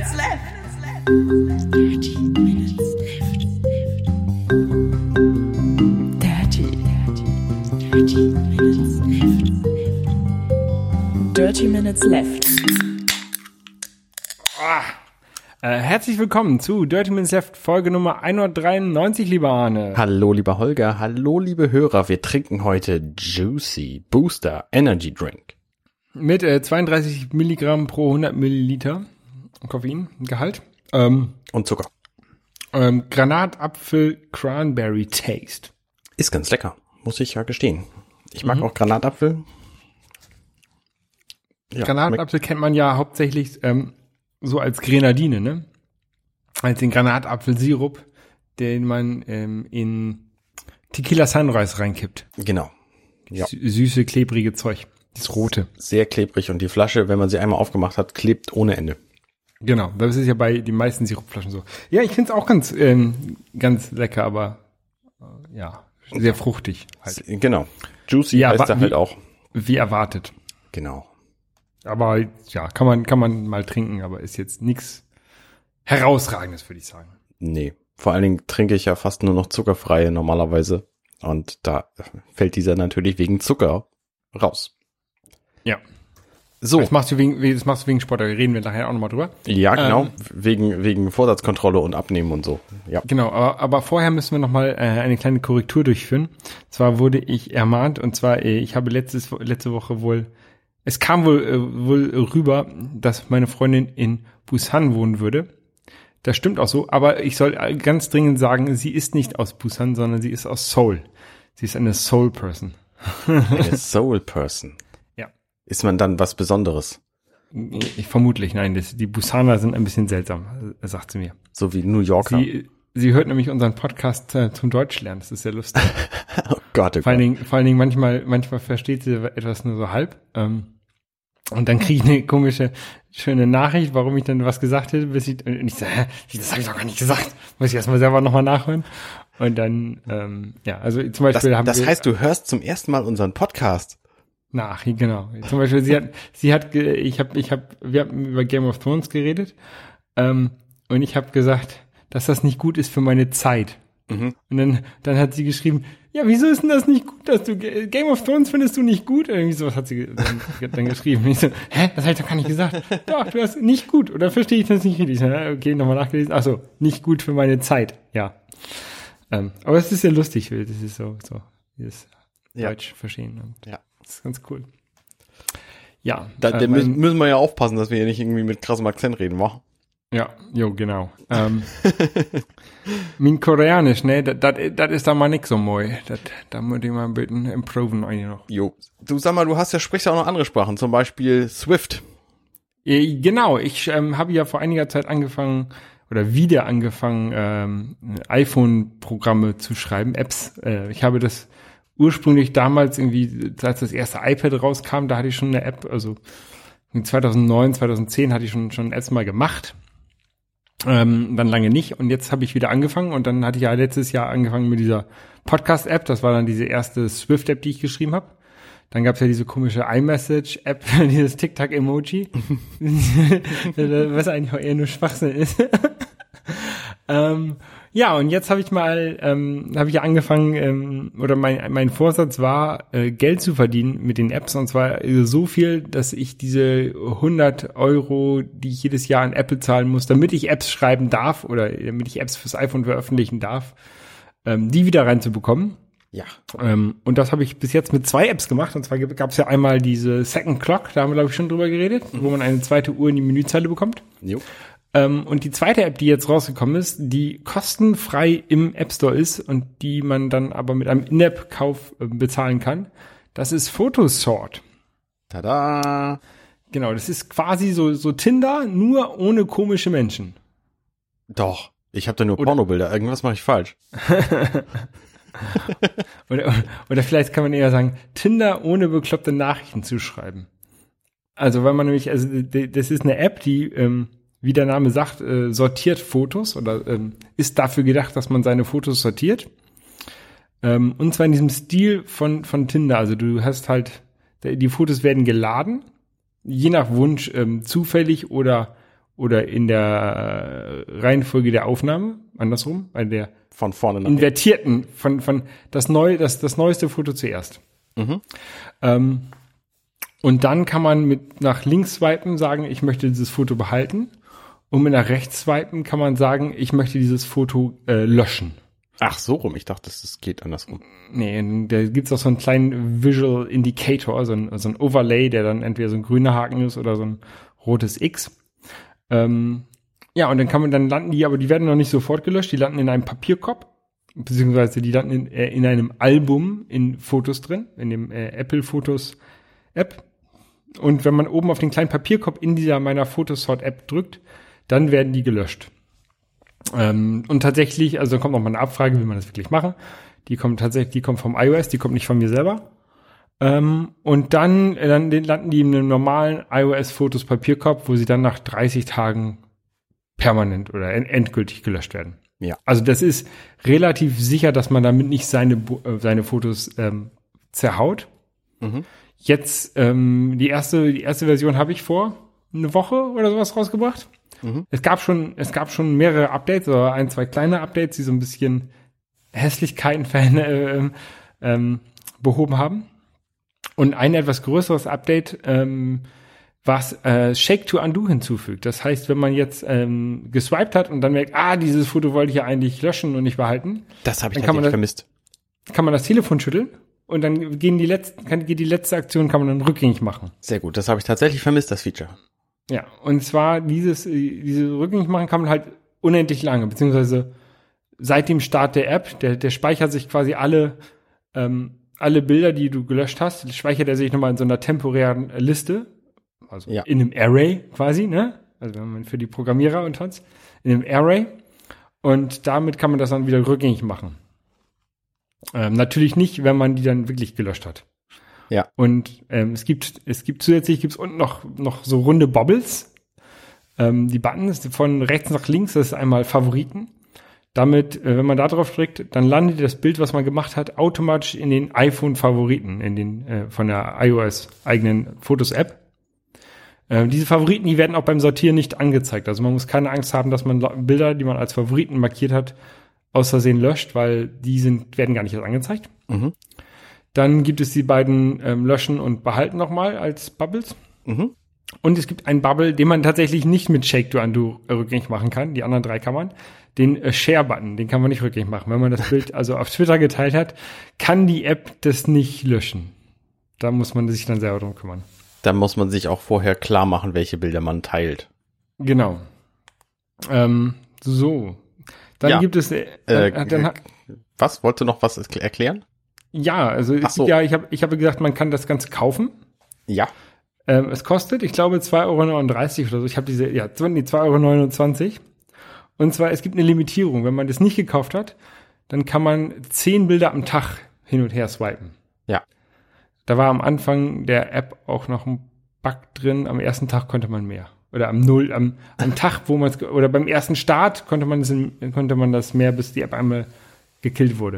minutes left. 30 minutes left. 30 minutes left. 30 minutes left. Herzlich willkommen zu Dirty Minutes Left, Folge Nummer 193, lieber Arne. Hallo, lieber Holger. Hallo, liebe Hörer. Wir trinken heute Juicy Booster Energy Drink. Mit 32 Milligramm pro 100 Milliliter Koffeingehalt. Und Zucker. Granatapfel Cranberry Taste. Ist ganz lecker, muss ich ja gestehen. Ich mag auch Granatapfel. Ja, Granatapfel kennt man ja hauptsächlich so als Grenadine, ne? Als den Granatapfelsirup, den man in Tequila Sunrise reinkippt. Genau. Ja. Süße, klebrige Zeug. Das rote. Sehr klebrig und die Flasche, wenn man sie einmal aufgemacht hat, klebt ohne Ende. Genau, das ist ja bei den meisten Sirupflaschen so. Ja, ich find's auch ganz lecker, aber ja, sehr fruchtig halt. Genau. Juicy Ja, heißt er halt auch. Wie erwartet. Genau. Aber ja, kann man mal trinken, aber ist jetzt nichts Herausragendes, würde ich sagen. Nee. Vor allen Dingen trinke ich ja fast nur noch zuckerfreie normalerweise. Und da fällt dieser natürlich wegen Zucker raus. Ja. So. Das machst du wegen Sport, da reden wir nachher auch nochmal drüber. Ja, genau. Wegen Vorsatzkontrolle und Abnehmen und so. Ja. Genau, aber vorher müssen wir nochmal eine kleine Korrektur durchführen. Zwar wurde ich ermahnt, und zwar, ich habe letzte Woche es kam wohl rüber, dass meine Freundin in Busan wohnen würde. Das stimmt auch so, aber ich soll ganz dringend sagen, sie ist nicht aus Busan, sondern sie ist aus Seoul. Sie ist eine Seoul-Person. Eine Soul-Person. Ja. Ist man dann was Besonderes? Vermutlich, nein. Die Busaner sind ein bisschen seltsam, sagt sie mir. So wie New Yorker? Sie hört nämlich unseren Podcast zum Deutschlernen. Das ist sehr lustig. Oh Gott, oh Vor allen Dingen manchmal versteht sie etwas nur so halb. Und dann kriege ich eine komische, schöne Nachricht, warum ich dann was gesagt hätte, und ich so, das habe ich doch gar nicht gesagt. Muss ich erstmal selber nochmal nachhören. Und dann, also zum Beispiel das heißt, du hörst zum ersten Mal unseren Podcast. Genau. Zum Beispiel, wir haben über Game of Thrones geredet, und ich habe gesagt, dass das nicht gut ist für meine Zeit. Mhm. Und dann hat sie geschrieben, ja, wieso ist denn das nicht gut, dass du Game of Thrones findest du nicht gut? Irgendwie sowas hat sie dann geschrieben. Ich so, das habe ich doch gar nicht gesagt. Doch, du hast nicht gut. Oder verstehe ich das nicht richtig? Okay, nochmal nachgelesen. Ach so, nicht gut für meine Zeit. Ja. Aber es ist ja lustig, das ist so dieses Deutsch verstehen. Und ja. Das ist ganz cool. Ja. Da müssen wir ja aufpassen, dass wir hier nicht irgendwie mit krassem Akzent reden, wa? Ja, genau. Mein Koreanisch, ne, das ist da mal nix so moi. Da muss ich mal ein bisschen improven eigentlich noch. Jo. Du sag mal, sprichst ja auch noch andere Sprachen, zum Beispiel Swift. Genau, ich habe ja vor einiger Zeit wieder angefangen, iPhone-Programme zu schreiben, Apps. Ich habe das ursprünglich damals irgendwie, als das erste iPad rauskam, da hatte ich schon eine App, also 2009, 2010 hatte ich schon Apps mal gemacht. Dann lange nicht, und jetzt habe ich wieder angefangen, und dann hatte ich ja letztes Jahr angefangen mit dieser Podcast-App, das war dann diese erste Swift-App, die ich geschrieben habe. Dann gab es ja diese komische iMessage-App, dieses TikTok-Emoji, was eigentlich auch eher nur Schwachsinn ist. Ja, und jetzt habe ich angefangen, oder mein Vorsatz war, Geld zu verdienen mit den Apps, und zwar so viel, dass ich diese 100 €, die ich jedes Jahr an Apple zahlen muss, damit ich Apps schreiben darf, oder damit ich Apps fürs iPhone veröffentlichen darf, die wieder reinzubekommen. Ja. Und das habe ich bis jetzt mit 2 Apps gemacht, und zwar gab es ja einmal diese Second Clock, da haben wir glaube ich schon drüber geredet, wo man eine zweite Uhr in die Menüzeile bekommt. Jo. Und die zweite App, die jetzt rausgekommen ist, die kostenfrei im App Store ist und die man dann aber mit einem In-App-Kauf bezahlen kann, das ist Photosort. Tada! Genau, das ist quasi so Tinder, nur ohne komische Menschen. Doch, ich habe da nur Pornobilder. Irgendwas mache ich falsch. oder vielleicht kann man eher sagen, Tinder ohne bekloppte Nachrichten zu schreiben. Also weil man nämlich, das ist eine App, die wie der Name sagt, sortiert Fotos oder ist dafür gedacht, dass man seine Fotos sortiert. Und zwar in diesem Stil von Tinder. Also du hast halt, die Fotos werden geladen, je nach Wunsch zufällig oder oder in der Reihenfolge der Aufnahme, andersrum, bei der Von vorne nach invertierten, von das neueste Foto zuerst. Und dann kann man nach links swipen sagen, ich möchte dieses Foto behalten. Und mit nach rechts swipen kann man sagen, ich möchte dieses Foto löschen. Ach, so rum. Ich dachte, das geht andersrum. Nee, da gibt's auch so einen kleinen Visual Indicator, so ein Overlay, der dann entweder so ein grüner Haken ist oder so ein rotes X. Ja, und dann landen die, aber die werden noch nicht sofort gelöscht, die landen in einem Papierkorb, beziehungsweise die landen in einem Album in Fotos drin, in dem Apple Fotos App. Und wenn man oben auf den kleinen Papierkorb in dieser meiner Photosort App drückt, dann werden die gelöscht. Und tatsächlich, also kommt noch mal eine Abfrage, wie man das wirklich machen. Die kommt vom iOS, die kommt nicht von mir selber. Und dann landen die in einem normalen iOS-Fotos Papierkorb, wo sie dann nach 30 Tagen permanent oder endgültig gelöscht werden. Ja. Also das ist relativ sicher, dass man damit nicht seine Fotos zerhaut. Jetzt die erste Version habe ich vor eine Woche oder sowas rausgebracht. Es gab schon mehrere Updates oder 1, 2 kleine Updates, die so ein bisschen Hässlichkeiten behoben haben. Und ein etwas größeres Update, was Shake to Undo hinzufügt. Das heißt, wenn man jetzt geswiped hat und dann merkt, dieses Foto wollte ich ja eigentlich löschen und nicht behalten. Das habe ich tatsächlich vermisst. Kann man das Telefon schütteln und dann geht die letzte Aktion, kann man dann rückgängig machen. Sehr gut, das habe ich tatsächlich vermisst, das Feature. Ja, und zwar diese rückgängig machen kann man halt unendlich lange, beziehungsweise seit dem Start der App, der speichert sich quasi alle Bilder, die du gelöscht hast, speichert er sich nochmal in so einer temporären Liste, also in einem Array quasi, ne? Also wenn man für die Programmierer und uns, in einem Array. Und damit kann man das dann wieder rückgängig machen. Natürlich nicht, wenn man die dann wirklich gelöscht hat. Ja. Und es gibt zusätzlich unten noch so runde Bubbles. Die Buttons von rechts nach links, das ist einmal Favoriten. Damit, wenn man da drauf drückt, dann landet das Bild, was man gemacht hat, automatisch in den iPhone-Favoriten, in den von der iOS eigenen Fotos-App. Diese Favoriten, die werden auch beim Sortieren nicht angezeigt. Also man muss keine Angst haben, dass man Bilder, die man als Favoriten markiert hat, aus Versehen löscht, weil werden gar nicht erst angezeigt. Dann gibt es die beiden Löschen und Behalten nochmal als Bubbles. Und es gibt einen Bubble, den man tatsächlich nicht mit Shake to Undo rückgängig machen kann. Die anderen 3 kann man. Den Share-Button, den kann man nicht rückgängig machen. Wenn man das Bild also auf Twitter geteilt hat, kann die App das nicht löschen. Da muss man sich dann selber drum kümmern. Da muss man sich auch vorher klar machen, welche Bilder man teilt. Genau. So. Dann gibt es... was? Wolltest du noch was erklären? Ja, also ich habe gesagt, man kann das Ganze kaufen. Ja. Es kostet, ich glaube, 2,39 € oder so. Ich habe 2,29 €. Und zwar, es gibt eine Limitierung. Wenn man das nicht gekauft hat, dann kann man 10 Bilder am Tag hin und her swipen. Ja. Da war am Anfang der App auch noch ein Bug drin. Am ersten Tag konnte man mehr. Oder am Tag, oder beim ersten Start konnte man das mehr, bis die App einmal gekillt wurde.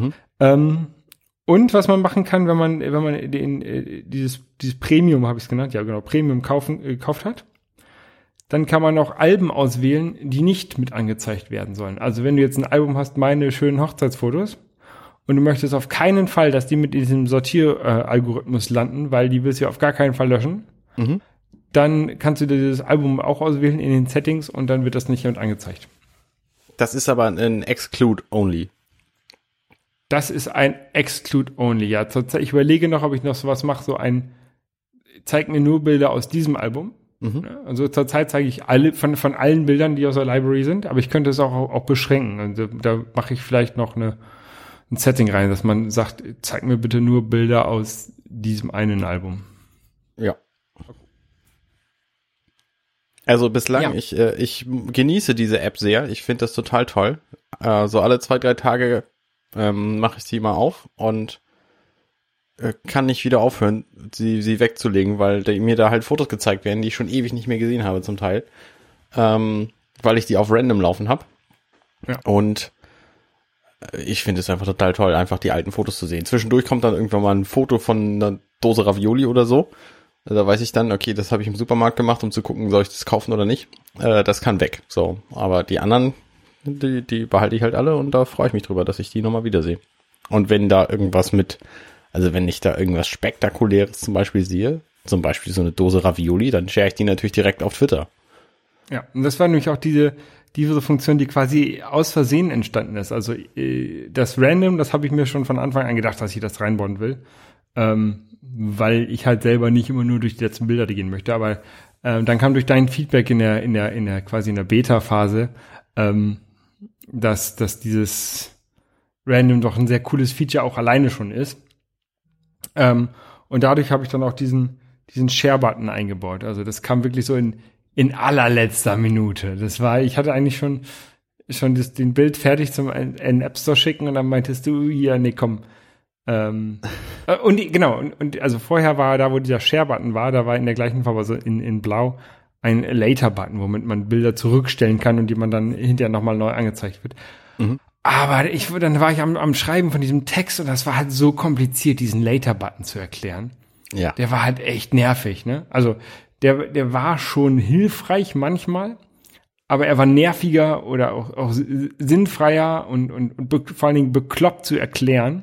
Und was man machen kann, wenn man dieses Premium, habe ich es genannt, ja genau, Premium gekauft hat, dann kann man auch Alben auswählen, die nicht mit angezeigt werden sollen. Also wenn du jetzt ein Album hast, meine schönen Hochzeitsfotos, und du möchtest auf keinen Fall, dass die mit diesem Sortieralgorithmus landen, weil die willst du auf gar keinen Fall löschen, dann kannst du dieses Album auch auswählen in den Settings und dann wird das nicht mit angezeigt. Das ist aber ein Exclude-Only. Das ist ein Exclude-Only, ja. Ich überlege noch, ob ich noch sowas mache, zeig mir nur Bilder aus diesem Album. Also zurzeit zeige ich von allen Bildern, die aus der Library sind, aber ich könnte es auch beschränken. Also da mache ich vielleicht noch ein Setting rein, dass man sagt, zeig mir bitte nur Bilder aus diesem einen Album. Ja. Also bislang, ich genieße diese App sehr. Ich finde das total toll. So alle 2, 3 Tage mache ich sie mal auf und kann nicht wieder aufhören, sie wegzulegen, weil mir da halt Fotos gezeigt werden, die ich schon ewig nicht mehr gesehen habe zum Teil, weil ich die auf Random laufen habe. Ja. Und ich finde es einfach total toll, einfach die alten Fotos zu sehen. Zwischendurch kommt dann irgendwann mal ein Foto von einer Dose Ravioli oder so. Da weiß ich dann, okay, das habe ich im Supermarkt gemacht, um zu gucken, soll ich das kaufen oder nicht. Das kann weg. So, aber die anderen, die behalte ich halt alle und da freue ich mich drüber, dass ich die nochmal wiedersehe. Und wenn da irgendwas wenn ich da irgendwas Spektakuläres zum Beispiel sehe, zum Beispiel so eine Dose Ravioli, dann share ich die natürlich direkt auf Twitter. Ja, und das war nämlich auch diese Funktion, die quasi aus Versehen entstanden ist. Also das Random, das habe ich mir schon von Anfang an gedacht, dass ich das reinbauen will, weil ich halt selber nicht immer nur durch die letzten Bilder gehen möchte. Aber dann kam durch dein Feedback in der quasi in der Beta-Phase, dass dieses Random doch ein sehr cooles Feature auch alleine schon ist. Und dadurch habe ich dann auch diesen Share-Button eingebaut. Also das kam wirklich so in allerletzter Minute. Ich hatte eigentlich schon den Bild fertig zum in den App Store schicken und dann meintest du, ja, nee, komm. Und also vorher war da, wo dieser Share-Button war, da war in der gleichen Farbe, also in Blau, ein Later-Button, womit man Bilder zurückstellen kann und die man dann hinterher nochmal neu angezeigt wird. Mhm. Aber dann war ich am Schreiben von diesem Text und das war halt so kompliziert, diesen Later-Button zu erklären. Ja. Der war halt echt nervig, ne? Also, der war schon hilfreich manchmal, aber er war nerviger oder auch sinnfreier und vor allen Dingen bekloppt zu erklären.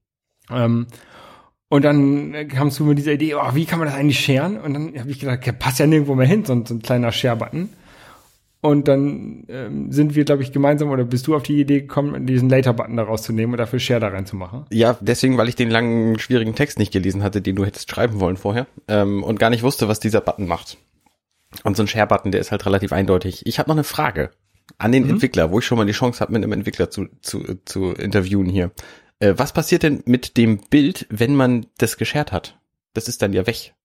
Und dann kamst du mit dieser Idee, wie kann man das eigentlich sharen? Und dann habe ich gedacht, passt ja nirgendwo mehr hin, so ein kleiner Share-Button. Und dann sind wir, glaube ich, gemeinsam, oder bist du auf die Idee gekommen, diesen Later-Button da rauszunehmen und dafür Share da reinzumachen? Ja, deswegen, weil ich den langen, schwierigen Text nicht gelesen hatte, den du hättest schreiben wollen vorher, und gar nicht wusste, was dieser Button macht. Und so ein Share-Button, der ist halt relativ eindeutig. Ich habe noch eine Frage an den Entwickler, wo ich schon mal die Chance habe, mit einem Entwickler zu interviewen hier. Was passiert denn mit dem Bild, wenn man das geshared hat? Das ist dann ja weg.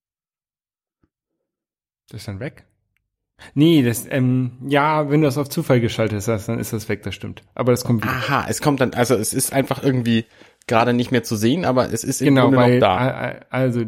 Das ist dann weg? Nee, wenn du das auf Zufall geschaltet hast, dann ist das weg, das stimmt. Aber das kommt wieder. Aha, es kommt dann, also es ist einfach irgendwie gerade nicht mehr zu sehen, aber es ist im Grunde noch da. Also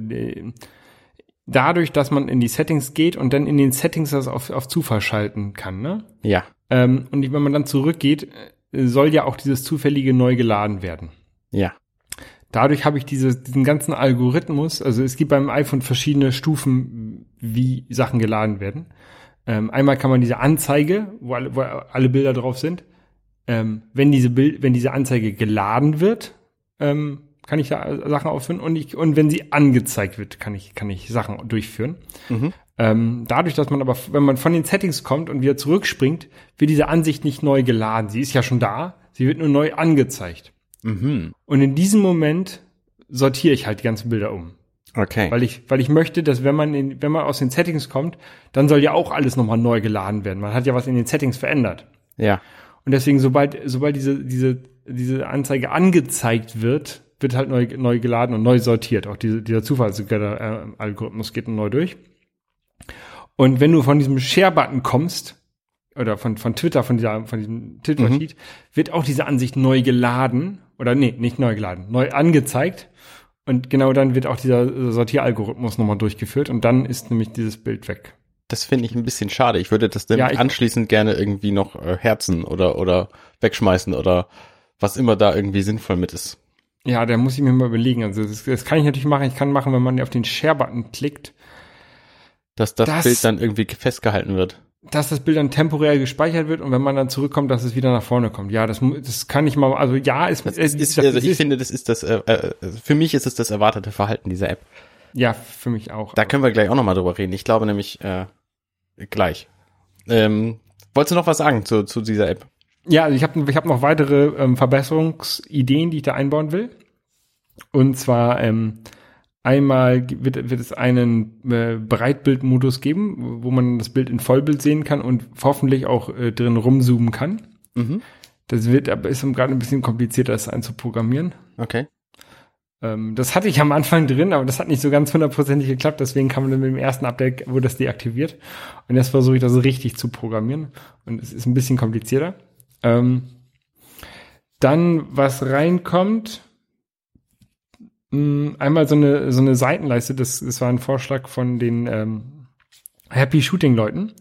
dadurch, dass man in die Settings geht und dann in den Settings das auf Zufall schalten kann, ne? Ja. Und wenn man dann zurückgeht, soll ja auch dieses Zufällige neu geladen werden. Ja. Dadurch habe ich diesen ganzen Algorithmus, also es gibt beim iPhone verschiedene Stufen, wie Sachen geladen werden. Einmal kann man diese Anzeige, wo alle Bilder drauf sind, wenn diese Anzeige geladen wird, kann ich da Sachen ausführen und wenn sie angezeigt wird, kann ich Sachen durchführen. Mhm. Dadurch, dass man aber, wenn man von den Settings kommt und wieder zurückspringt, wird diese Ansicht nicht neu geladen. Sie ist ja schon da, sie wird nur neu angezeigt. Mhm. Und in diesem Moment sortiere ich halt die ganzen Bilder um. Okay. Weil ich möchte, dass wenn man aus den Settings kommt, dann soll ja auch alles nochmal neu geladen werden. Man hat ja was in den Settings verändert. Ja. Und deswegen, sobald diese Anzeige angezeigt wird halt neu geladen und neu sortiert. Auch dieser Zufallsalgorithmus geht neu durch. Und wenn du von diesem Share-Button kommst, oder von Twitter, von diesem Twitter-Feed, wird auch diese Ansicht neu geladen, oder nee, nicht neu geladen, neu angezeigt. Und genau dann wird auch dieser Sortieralgorithmus nochmal durchgeführt und dann ist nämlich dieses Bild weg. Das finde ich ein bisschen schade. Ich würde das nämlich anschließend gerne irgendwie noch herzen oder wegschmeißen oder was immer da irgendwie sinnvoll mit ist. Ja, da muss ich mir mal überlegen. Also das kann ich natürlich machen. Ich kann machen, wenn man auf den Share-Button klickt. Dass das Bild dann irgendwie festgehalten wird. Dass das Bild dann temporär gespeichert wird und wenn man dann zurückkommt, dass es wieder nach vorne kommt. Ja, das kann ich mal, also ja, ich finde, das ist das, für mich ist es das erwartete Verhalten dieser App. Ja, für mich auch. Da können wir gleich auch nochmal drüber reden. Ich glaube nämlich, gleich. Wolltest du noch was sagen zu dieser App? Ja, also ich hab noch weitere Verbesserungsideen, die ich da einbauen will. Und zwar, einmal wird es einen Breitbildmodus geben, wo man das Bild in Vollbild sehen kann und hoffentlich auch drin rumzoomen kann. Mhm. Das ist gerade ein bisschen komplizierter, das einzuprogrammieren. Okay. Das hatte ich am Anfang drin, aber das hat nicht so ganz 100% geklappt, deswegen kam dann mit dem ersten Update, wurde das deaktiviert. Und jetzt versuche ich das richtig zu programmieren. Und es ist ein bisschen komplizierter. Dann, was reinkommt, einmal so eine Seitenleiste, das war ein Vorschlag von den Happy Shooting Leuten.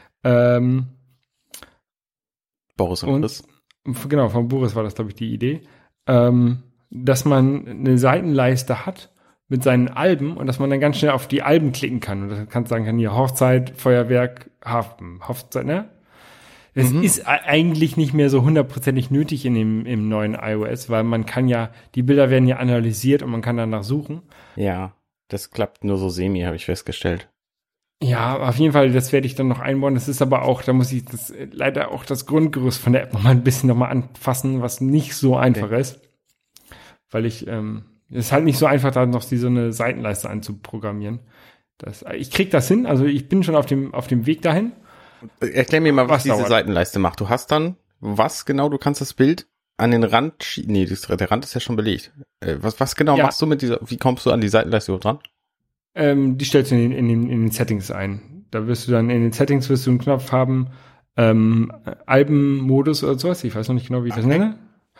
Boris und Chris. Genau, von Boris war das, glaube ich, die Idee. Dass man eine Seitenleiste hat mit seinen Alben und dass man dann ganz schnell auf die Alben klicken kann und dann kannst du sagen, kann hier Hochzeit, Feuerwerk, Hochzeit, ne? Es ist eigentlich nicht mehr so hundertprozentig nötig im neuen iOS, weil man kann ja, die Bilder werden ja analysiert und man kann danach suchen. Ja, das klappt nur so semi, habe ich festgestellt. Ja, auf jeden Fall, das werde ich dann noch einbauen. Das ist aber auch, da muss ich leider auch das Grundgerüst von der App nochmal anfassen, was nicht so einfach ist. Weil es ist halt nicht so einfach, da noch so eine Seitenleiste anzuprogrammieren. Ich krieg das hin, also ich bin schon auf dem Weg dahin. Erklär mir mal, was diese dauert. Seitenleiste macht. Du hast dann, was genau, du kannst das Bild an den Rand schieben. Nee, der Rand ist ja schon belegt. Was genau machst du mit wie kommst du an die Seitenleiste überhaupt dran? Die stellst du in den Settings ein. Da wirst du dann in den Settings einen Knopf haben, Albenmodus oder sowas. Ich weiß noch nicht genau, wie ich das nenne.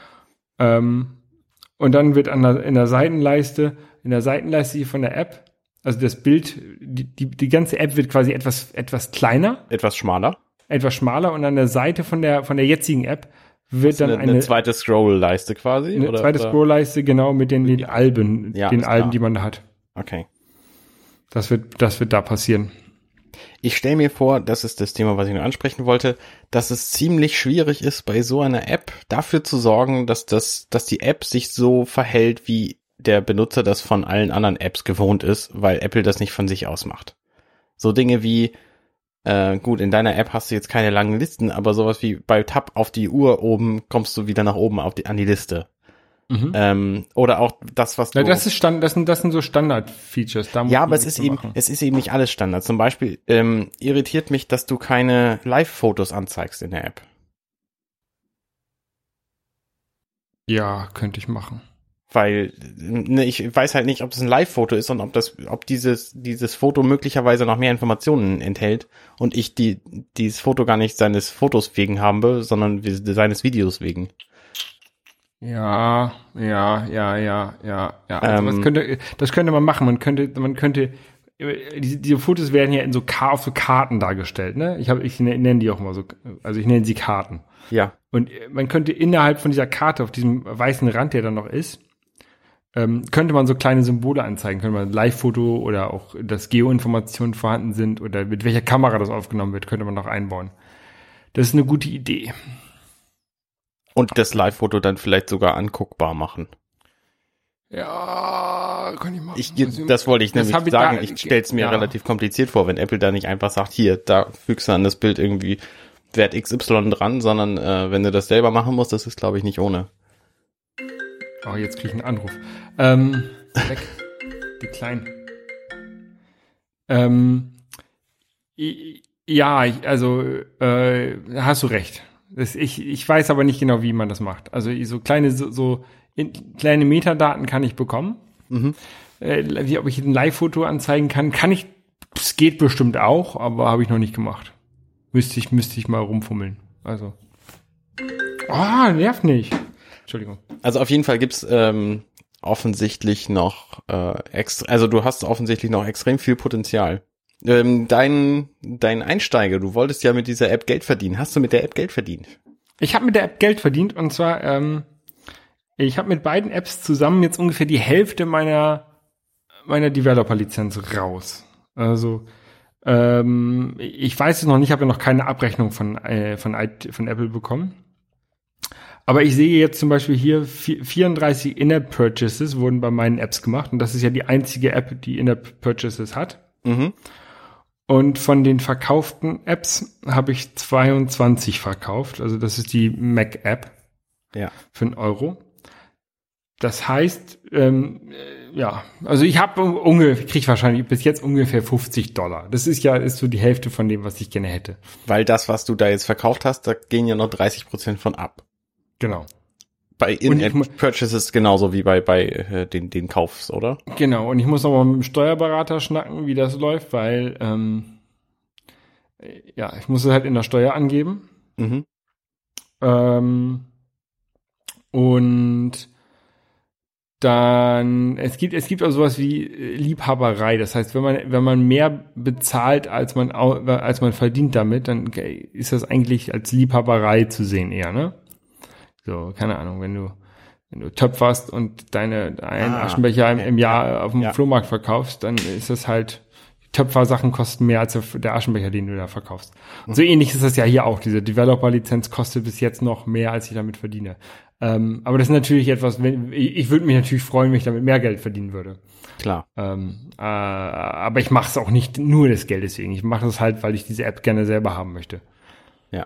Und dann wird in der Seitenleiste hier von der App, also das Bild, die ganze App wird quasi etwas kleiner. Etwas schmaler Und an der Seite von der jetzigen App wird dann eine zweite Scroll-Leiste quasi? Eine zweite Scroll-Leiste, genau, mit den Alben, die man da hat. Okay. Das wird da passieren. Ich stelle mir vor, das ist das Thema, was ich noch ansprechen wollte, dass es ziemlich schwierig ist, bei so einer App dafür zu sorgen, dass die App sich so verhält, wie der Benutzer das von allen anderen Apps gewohnt ist, weil Apple das nicht von sich aus macht. So Dinge wie, gut, in deiner App hast du jetzt keine langen Listen, aber sowas wie bei Tab auf die Uhr oben kommst du wieder nach oben an die Liste. Oder auch das, was du... Das sind so Standard-Features. Ja, aber es ist eben nicht alles Standard. Zum Beispiel irritiert mich, dass du keine Live-Fotos anzeigst in der App. Ja, könnte ich machen. Weil ich weiß halt nicht, ob das ein Live-Foto ist und ob dieses Foto möglicherweise noch mehr Informationen enthält und ich dieses Foto gar nicht seines Fotos wegen habe, sondern seines Videos wegen. Ja. Also das könnte man machen. Man könnte diese Fotos werden ja auf so Karten dargestellt, ne? Ich nenne die auch immer so, also ich nenne sie Karten. Ja. Und man könnte innerhalb von dieser Karte auf diesem weißen Rand, der dann noch ist, könnte man so kleine Symbole anzeigen, könnte man ein Live-Foto oder auch, dass Geoinformationen vorhanden sind oder mit welcher Kamera das aufgenommen wird, könnte man noch einbauen. Das ist eine gute Idee. Und das Live-Foto dann vielleicht sogar anguckbar machen. Ja, kann ich machen. Das wollte ich nämlich sagen. Ich stelle es mir relativ kompliziert vor, wenn Apple da nicht einfach sagt, hier, da fügst du an das Bild irgendwie Wert XY dran, sondern wenn du das selber machen musst, das ist, glaube ich, nicht ohne. Oh, jetzt kriege ich einen Anruf. Weg. Die Kleinen. Hast du recht. Ich weiß aber nicht genau, wie man das macht. Also so kleine kleine Metadaten kann ich bekommen. Ob ich ein Live-Foto anzeigen kann ich. Es geht bestimmt auch, aber habe ich noch nicht gemacht. Müsste ich mal rumfummeln. Also. Nervt nicht. Entschuldigung. Also auf jeden Fall gibt's offensichtlich noch also du hast offensichtlich noch extrem viel Potenzial. Dein Einsteiger, du wolltest ja mit dieser App Geld verdienen. Hast du mit der App Geld verdient? Ich habe mit der App Geld verdient und zwar, ich habe mit beiden Apps zusammen jetzt ungefähr die Hälfte meiner Developer-Lizenz raus. Also ich weiß es noch nicht, habe ja noch keine Abrechnung von Apple bekommen. Aber ich sehe jetzt zum Beispiel hier 34 In-App-Purchases wurden bei meinen Apps gemacht und das ist ja die einzige App, die In-App-Purchases hat. Und von den verkauften Apps habe ich 22 verkauft. Also das ist die Mac-App für €1. Das heißt, also ich kriege wahrscheinlich bis jetzt ungefähr $50. Das ist so die Hälfte von dem, was ich gerne hätte. Weil das, was du da jetzt verkauft hast, da gehen ja noch 30% von ab. Genau. Bei In-App-Purchases genauso wie bei den Kaufs, oder? Genau, und ich muss noch mal mit dem Steuerberater schnacken, wie das läuft, weil ich muss es halt in der Steuer angeben. Und dann, es gibt auch sowas wie Liebhaberei. Das heißt, wenn man mehr bezahlt, als man verdient damit, dann ist das eigentlich als Liebhaberei zu sehen eher, ne? So, keine Ahnung, wenn wenn du töpferst und einen Aschenbecher im Jahr auf dem Flohmarkt verkaufst, dann ist das halt, Töpfersachen kosten mehr als der Aschenbecher, den du da verkaufst. Und so ähnlich ist das ja hier auch. Diese Developer-Lizenz kostet bis jetzt noch mehr, als ich damit verdiene. Aber das ist natürlich etwas, ich würde mich natürlich freuen, wenn ich damit mehr Geld verdienen würde. Klar. Aber ich mache es auch nicht nur des Geldes wegen. Ich mache es halt, weil ich diese App gerne selber haben möchte. Ja.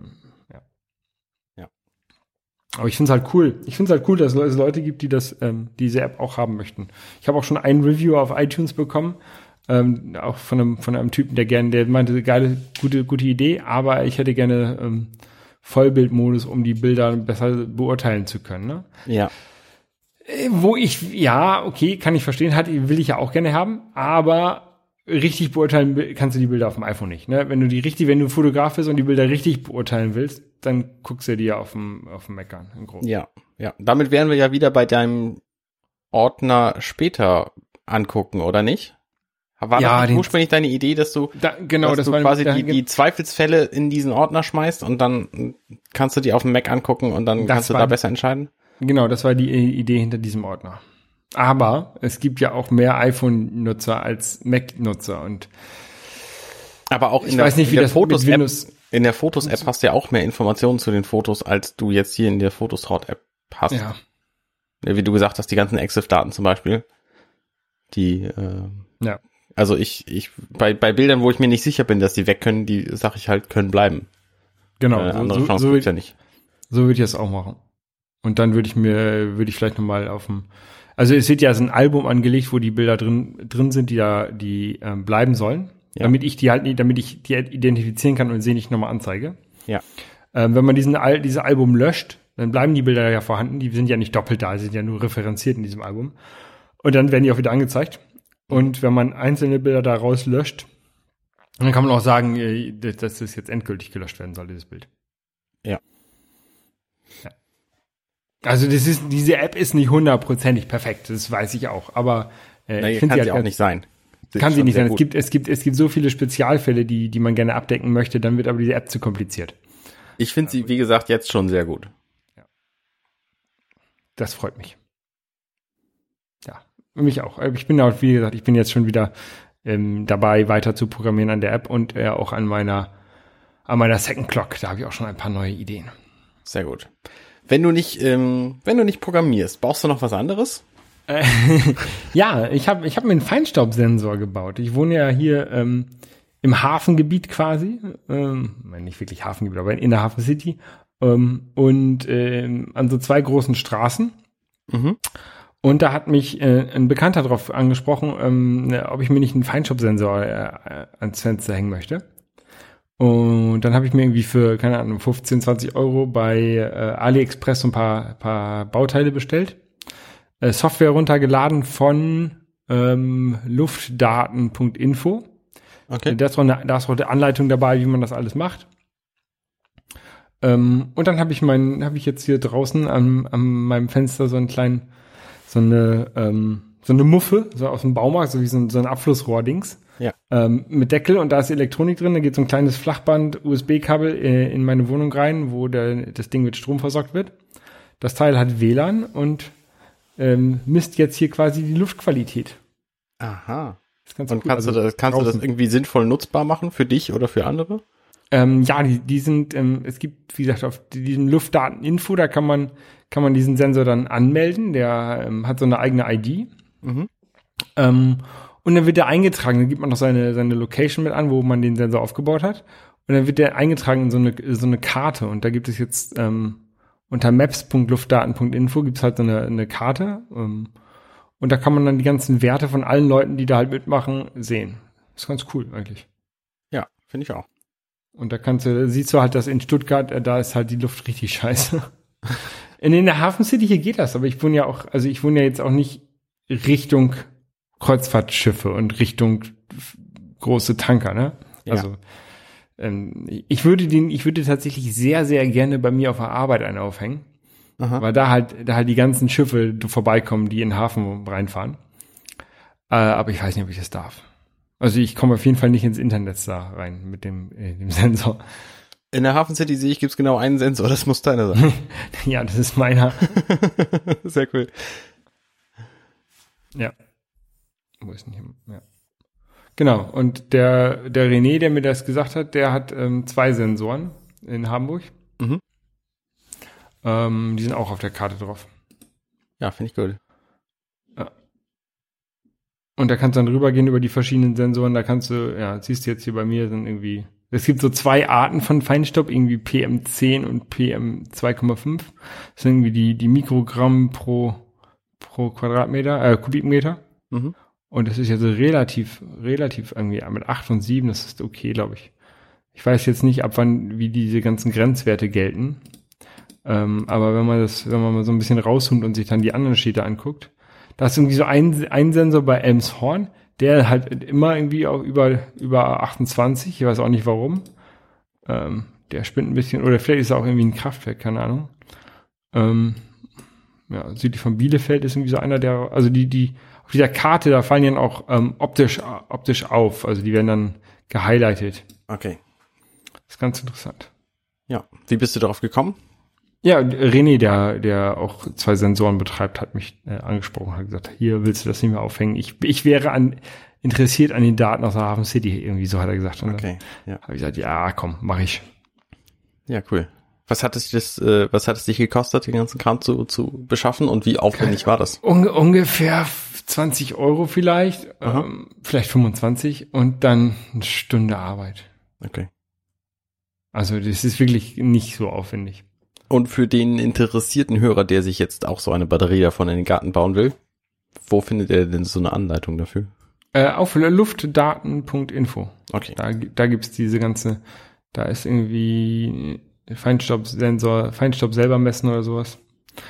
Aber ich finde es halt cool. Ich finde es halt cool, dass es Leute gibt, die diese App auch haben möchten. Ich habe auch schon ein Review auf iTunes bekommen, auch von einem Typen, der meinte, geile, gute Idee, aber ich hätte gerne Vollbildmodus, um die Bilder besser beurteilen zu können. Ne? Ja. Kann ich verstehen, will ich ja auch gerne haben, aber richtig beurteilen kannst du die Bilder auf dem iPhone nicht. Ne? Wenn du Fotograf bist und die Bilder richtig beurteilen willst, dann guckst du die auf dem Mac an. Ja. Damit wären wir ja wieder bei deinem Ordner später angucken, oder nicht? War das nicht ursprünglich deine Idee, dass du quasi die Zweifelsfälle in diesen Ordner schmeißt und dann kannst du die auf dem Mac angucken und dann kannst du da besser entscheiden? Genau, das war die Idee hinter diesem Ordner. Aber es gibt ja auch mehr iPhone-Nutzer als Mac-Nutzer und aber auch in der Fotos-App hast du ja auch mehr Informationen zu den Fotos, als du jetzt hier in der Fotostraut-App hast. Ja. Wie du gesagt hast, die ganzen EXIF-Daten zum Beispiel. Also bei Bildern, wo ich mir nicht sicher bin, dass die weg können, die sag ich halt, können bleiben. Genau. Andere Chance gibt's ja nicht. So würde ich das auch machen. Und dann würde ich vielleicht nochmal also es wird ja so ein Album angelegt, wo die Bilder drin sind, die bleiben sollen, damit ich die identifizieren kann und sie nicht nochmal anzeige. Ja. Wenn man dieses Album löscht, dann bleiben die Bilder ja vorhanden, die sind ja nicht doppelt da, sie sind ja nur referenziert in diesem Album. Und dann werden die auch wieder angezeigt. Und wenn man einzelne Bilder daraus löscht, dann kann man auch sagen, dass das jetzt endgültig gelöscht werden soll, dieses Bild. Ja. Also diese App ist nicht 100% perfekt, das weiß ich auch, aber ich finde sie halt auch nicht sein. Kann sie nicht sein. Es gibt so viele Spezialfälle, die man gerne abdecken möchte, dann wird aber diese App zu kompliziert. Ich finde sie, wie gesagt, jetzt schon sehr gut. Ja. Das freut mich. Ja, mich auch. Ich bin auch, wie gesagt, jetzt schon wieder dabei, weiter zu programmieren an der App und auch an meiner Second Clock. Da habe ich auch schon ein paar neue Ideen. Sehr gut. Wenn du nicht programmierst, brauchst du noch was anderes? Ja, ich hab mir einen Feinstaubsensor gebaut. Ich wohne ja hier im Hafengebiet quasi, nicht wirklich Hafengebiet, aber in der Hafen City und an so 2 großen Straßen. Mhm. Und da hat mich ein Bekannter drauf angesprochen, ob ich mir nicht einen Feinstaubsensor ans Fenster hängen möchte. Und dann habe ich mir irgendwie für, keine Ahnung, 15, 20 Euro bei AliExpress so ein paar Bauteile bestellt. Software runtergeladen von luftdaten.info. Okay. Da ist auch eine Anleitung dabei, wie man das alles macht. Und dann habe ich jetzt hier draußen an meinem Fenster so eine Muffe, so aus dem Baumarkt, so wie so ein Abflussrohr-Dings. Ja. Mit Deckel und da ist Elektronik drin, da geht so ein kleines Flachband-USB-Kabel in meine Wohnung rein, wo das Ding mit Strom versorgt wird. Das Teil hat WLAN und misst jetzt hier quasi die Luftqualität. Aha. Das ist ganz und cool. kannst du das irgendwie sinnvoll nutzbar machen für dich oder für andere? Ja, die sind, es gibt, wie gesagt, auf diesem Luftdateninfo, da kann man diesen Sensor dann anmelden, der hat so eine eigene ID. Mhm. Und dann wird der eingetragen, dann gibt man noch seine Location mit an, wo man den Sensor aufgebaut hat. Und dann wird der eingetragen in so eine Karte. Und da gibt es jetzt unter maps.luftdaten.info gibt's halt so eine Karte. Und da kann man dann die ganzen Werte von allen Leuten, die da halt mitmachen, sehen. Das ist ganz cool eigentlich. Ja, finde ich auch. Und da siehst du halt, dass in Stuttgart, da ist halt die Luft richtig scheiße. In der Hafen City hier geht das, aber ich wohne ja jetzt auch nicht Richtung Kreuzfahrtschiffe und Richtung große Tanker, ne? Ja. Also ich würde tatsächlich sehr, sehr gerne bei mir auf der Arbeit einen aufhängen. Aha. Weil da halt die ganzen Schiffe vorbeikommen, die in den Hafen reinfahren. Aber ich weiß nicht, ob ich das darf. Also ich komme auf jeden Fall nicht ins Internet da rein mit dem Sensor. In der Hafen City sehe ich, gibt's genau einen Sensor, das muss deiner sein. Ja, das ist meiner. Sehr cool. Ja. Wo ist denn hier? Ja. Genau, und der René, der mir das gesagt hat, der hat 2 Sensoren in Hamburg. Mhm. Die sind auch auf der Karte drauf. Ja, finde ich gut. Ja. Und da kannst du dann rübergehen über die verschiedenen Sensoren, da kannst du, ja, siehst du jetzt hier bei mir, sind irgendwie, es gibt so 2 Arten von Feinstaub, irgendwie PM10 und PM2,5. Das sind irgendwie die Mikrogramm pro Quadratmeter, Kubikmeter. Mhm. Und das ist ja so relativ irgendwie mit 8 und 7, das ist okay, glaube ich. Ich weiß jetzt nicht, ab wann, wie diese ganzen Grenzwerte gelten. Aber wenn man mal so ein bisschen rauszoomt und sich dann die anderen Städte anguckt, da ist irgendwie so ein Sensor bei Elmshorn, der halt immer irgendwie auch über 28, ich weiß auch nicht warum. Der spinnt ein bisschen, oder vielleicht ist es auch irgendwie ein Kraftwerk, keine Ahnung. Ja, südlich von Bielefeld ist irgendwie so einer, der, also die auf dieser Karte, da fallen die dann auch optisch auf, also die werden dann gehighlightet. Okay. Das ist ganz interessant. Ja. Wie bist du darauf gekommen? Ja, René, der auch 2 Sensoren betreibt, hat mich angesprochen, hat gesagt, hier willst du das nicht mehr aufhängen. Ich wäre interessiert an den Daten aus der Hafen City, irgendwie so hat er gesagt. Und okay, ja. Habe ich gesagt, ja, komm, mach ich. Ja, cool. Was hat es dich gekostet, den ganzen Kram zu beschaffen und wie aufwendig war das? Ungefähr 20 Euro vielleicht, vielleicht 25 und dann eine Stunde Arbeit. Okay. Also das ist wirklich nicht so aufwendig. Und für den interessierten Hörer, der sich jetzt auch so eine Batterie davon in den Garten bauen will, wo findet er denn so eine Anleitung dafür? Auf luftdaten.info. Okay. Da gibt's diese ganze, da ist irgendwie Feinstaubsensor, Feinstaub selber messen oder sowas.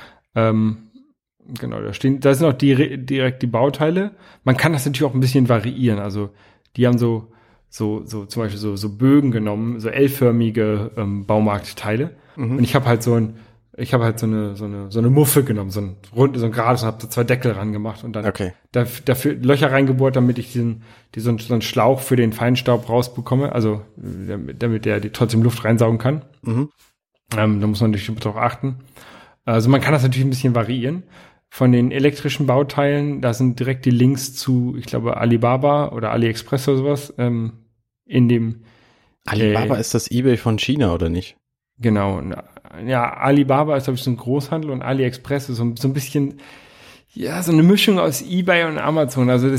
Genau, da sind auch direkt die Bauteile. Man kann das natürlich auch ein bisschen variieren. Also die haben so zum Beispiel so Bögen genommen, so L-förmige Baumarktteile. Mhm. Und ich habe halt so eine Muffe genommen, so ein gerades und habe so 2 Deckel ran gemacht und dann dafür Löcher reingebohrt, damit ich so einen Schlauch für den Feinstaub rausbekomme, also damit der die trotzdem Luft reinsaugen kann. Mhm. Da muss man natürlich drauf achten. Also man kann das natürlich ein bisschen variieren. Von den elektrischen Bauteilen, da sind direkt die Links zu, ich glaube, Alibaba oder AliExpress oder sowas, in dem Alibaba ist das eBay von China, oder nicht? Genau. Ja, Alibaba ist, glaube ich, so ein Großhandel und AliExpress ist so ein bisschen, ja, so eine Mischung aus eBay und Amazon. Also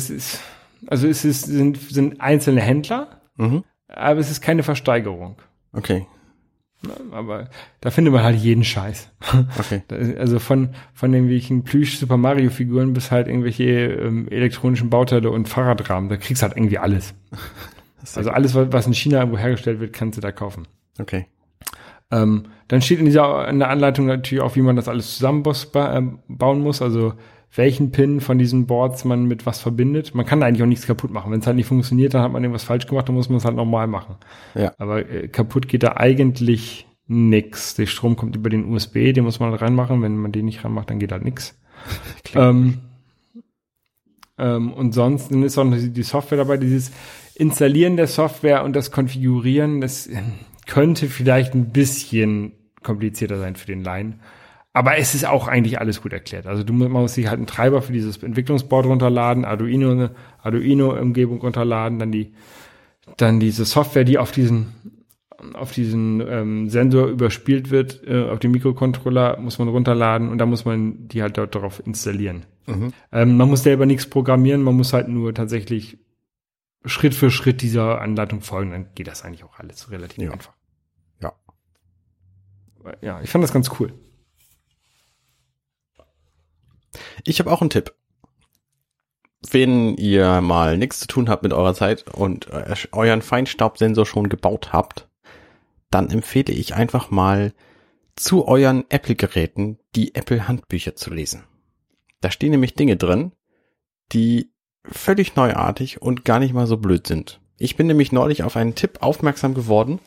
sind einzelne Händler, aber es ist keine Versteigerung. Okay. Aber da findet man halt jeden Scheiß. Okay. Also von irgendwelchen Plüsch-Super Mario-Figuren bis halt irgendwelche elektronischen Bauteile und Fahrradrahmen. Da kriegst du halt irgendwie alles. Also alles, was in China irgendwo hergestellt wird, kannst du da kaufen. Okay. Dann steht in der Anleitung natürlich auch, wie man das alles zusammenbauen muss. Also welchen Pin von diesen Boards man mit was verbindet. Man kann da eigentlich auch nichts kaputt machen. Wenn es halt nicht funktioniert, dann hat man irgendwas falsch gemacht, dann muss man es halt normal machen. Ja. Aber kaputt geht da eigentlich nix. Der Strom kommt über den USB, den muss man halt reinmachen. Wenn man den nicht reinmacht, dann geht halt nix. Und sonst dann ist auch noch die Software dabei, dieses Installieren der Software und das Konfigurieren, das könnte vielleicht ein bisschen komplizierter sein für den Laien. Aber es ist auch eigentlich alles gut erklärt. Also man muss sich halt einen Treiber für dieses Entwicklungsboard runterladen, Arduino-Umgebung runterladen, dann diese Software, die auf diesen Sensor überspielt wird, auf dem Mikrocontroller muss man runterladen und dann muss man die halt dort darauf installieren. Mhm. Man muss selber nichts programmieren, man muss halt nur tatsächlich Schritt für Schritt dieser Anleitung folgen, dann geht das eigentlich auch alles relativ einfach. Ja. Ja, ich fand das ganz cool. Ich habe auch einen Tipp. Wenn ihr mal nichts zu tun habt mit eurer Zeit und euren Feinstaubsensor schon gebaut habt, dann empfehle ich einfach mal zu euren Apple-Geräten die Apple-Handbücher zu lesen. Da stehen nämlich Dinge drin, die völlig neuartig und gar nicht mal so blöd sind. Ich bin nämlich neulich auf einen Tipp aufmerksam geworden,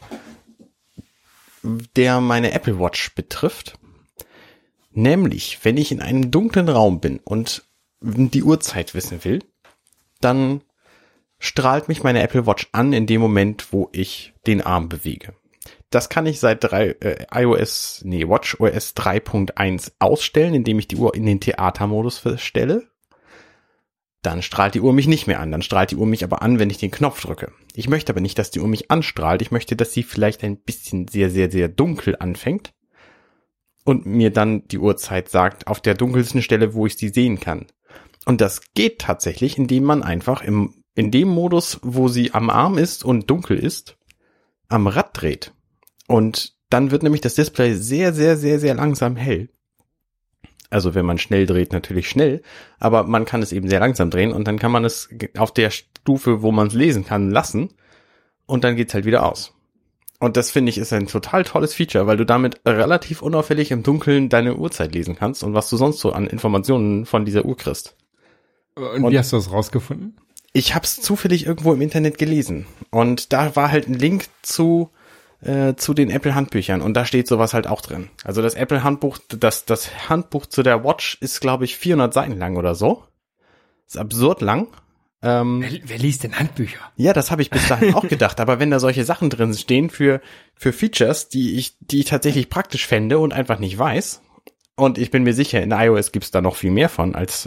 der meine Apple Watch betrifft. Nämlich, wenn ich in einem dunklen Raum bin und die Uhrzeit wissen will, dann strahlt mich meine Apple Watch an in dem Moment, wo ich den Arm bewege. das kann ich seit WatchOS 3.1 ausstellen, indem ich die Uhr in den Theatermodus verstelle. Dann strahlt die Uhr mich nicht mehr an. Dann strahlt die Uhr mich aber an, wenn ich den Knopf drücke. Ich möchte aber nicht, dass die Uhr mich anstrahlt. Ich möchte, dass sie vielleicht ein bisschen sehr, sehr, sehr dunkel anfängt und mir dann die Uhrzeit sagt, auf der dunkelsten Stelle, wo ich sie sehen kann. Und das geht tatsächlich, indem man einfach in dem Modus, wo sie am Arm ist und dunkel ist, am Rad dreht. Und dann wird nämlich das Display sehr, sehr, sehr, sehr langsam hell. Also wenn man schnell dreht, natürlich schnell, aber man kann es eben sehr langsam drehen und dann kann man es auf der Stufe, wo man es lesen kann, lassen und dann geht's halt wieder aus. Und das, finde ich, ist ein total tolles Feature, weil du damit relativ unauffällig im Dunkeln deine Uhrzeit lesen kannst und was du sonst so an Informationen von dieser Uhr kriegst. Und wie hast du das rausgefunden? Ich habe es zufällig irgendwo im Internet gelesen und da war halt ein Link zu den Apple-Handbüchern und da steht sowas halt auch drin. Also das Apple-Handbuch, das Handbuch zu der Watch ist, glaube ich, 400 Seiten lang oder so. Ist absurd lang. Wer liest denn Handbücher? Ja, das habe ich bis dahin auch gedacht. Aber wenn da solche Sachen drin stehen für Features, die ich tatsächlich praktisch fände und einfach nicht weiß, und ich bin mir sicher, in iOS gibt's da noch viel mehr von als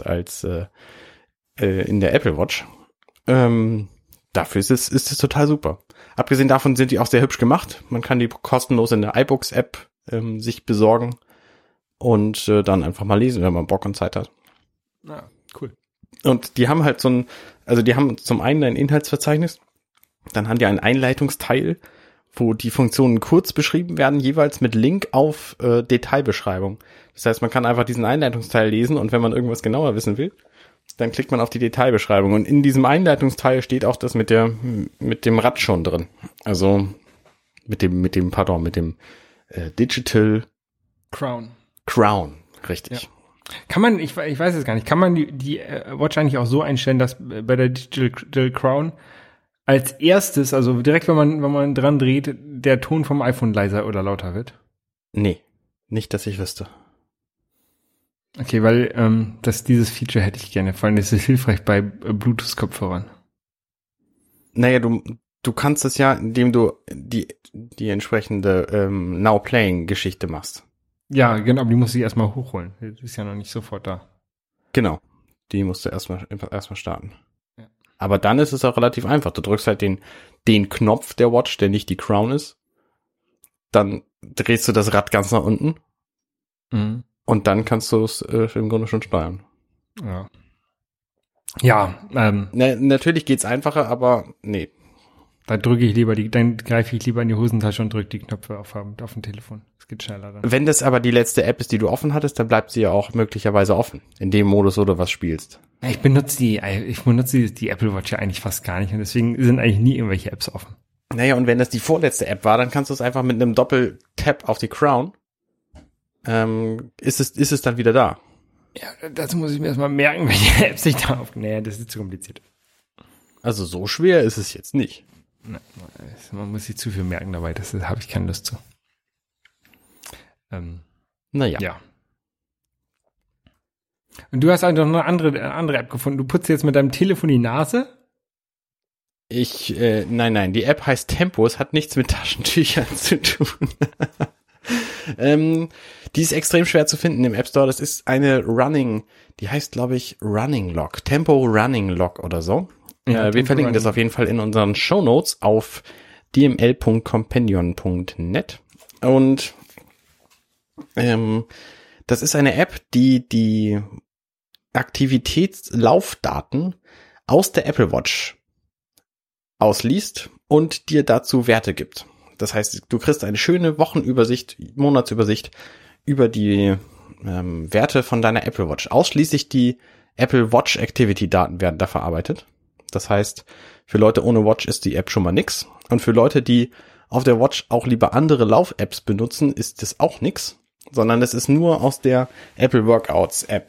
in der Apple Watch. Dafür ist es total super. Abgesehen davon sind die auch sehr hübsch gemacht. Man kann die kostenlos in der iBooks-App sich besorgen und dann einfach mal lesen, wenn man Bock und Zeit hat. Ja, cool. Und die haben halt die haben zum einen ein Inhaltsverzeichnis, dann haben die einen Einleitungsteil, wo die Funktionen kurz beschrieben werden, jeweils mit Link auf Detailbeschreibung. Das heißt, man kann einfach diesen Einleitungsteil lesen und wenn man irgendwas genauer wissen will, dann klickt man auf die Detailbeschreibung. Und in diesem Einleitungsteil steht auch das mit dem Rad schon drin. Also mit dem Digital Crown, richtig. Ja. Kann man, ich weiß es gar nicht, kann man die Watch eigentlich auch so einstellen, dass bei der Digital Crown als erstes, also direkt wenn man dran dreht, der Ton vom iPhone leiser oder lauter wird? Nee, nicht, dass ich wüsste. Okay, weil dieses Feature hätte ich gerne. Vor allem ist es hilfreich bei Bluetooth-Kopfhörern. Naja, du kannst es ja, indem du die entsprechende Now Playing-Geschichte machst. Ja, genau, aber die musst du erstmal hochholen. Die ist ja noch nicht sofort da. Genau, die musst du erstmal starten. Ja. Aber dann ist es auch relativ einfach. Du drückst halt den Knopf der Watch, der nicht die Crown ist. Dann drehst du das Rad ganz nach unten. Mhm. Und dann kannst du es im Grunde schon steuern. Ja. Ja, natürlich geht's einfacher, aber nee. Dann greife ich lieber in die Hosentasche und drücke die Knöpfe auf dem Telefon. Es geht schneller dann. Wenn das aber die letzte App ist, die du offen hattest, dann bleibt sie ja auch möglicherweise offen. In dem Modus, wo du was spielst. Ich benutze die Apple Watch ja eigentlich fast gar nicht und deswegen sind eigentlich nie irgendwelche Apps offen. Naja, und wenn das die vorletzte App war, dann kannst du es einfach mit einem Doppel-Tap auf die Crown ist es dann wieder da. Ja, dazu muss ich mir erstmal merken, welche Apps ich da auf. Nee, das ist zu kompliziert. Also so schwer ist es jetzt nicht. Man muss sich zu viel merken dabei, das habe ich keine Lust zu. Naja. Ja. Und du hast also noch eine andere App gefunden. Du putzt jetzt mit deinem Telefon die Nase? Nein, die App heißt Tempo, es hat nichts mit Taschentüchern zu tun. Die ist extrem schwer zu finden im App Store. Das ist eine die heißt, glaube ich, Running Lock. Tempo Running Lock oder so. Ja, wir verlinken das auf jeden Fall in unseren Shownotes auf dml.companion.net. Und das ist eine App, die Aktivitätslaufdaten aus der Apple Watch ausliest und dir dazu Werte gibt. Das heißt, du kriegst eine schöne Wochenübersicht, Monatsübersicht über die Werte von deiner Apple Watch. Ausschließlich die Apple Watch Activity Daten werden da verarbeitet. Das heißt, für Leute ohne Watch ist die App schon mal nix. Und für Leute, die auf der Watch auch lieber andere Lauf-Apps benutzen, ist das auch nix. Sondern es ist nur aus der Apple Workout-App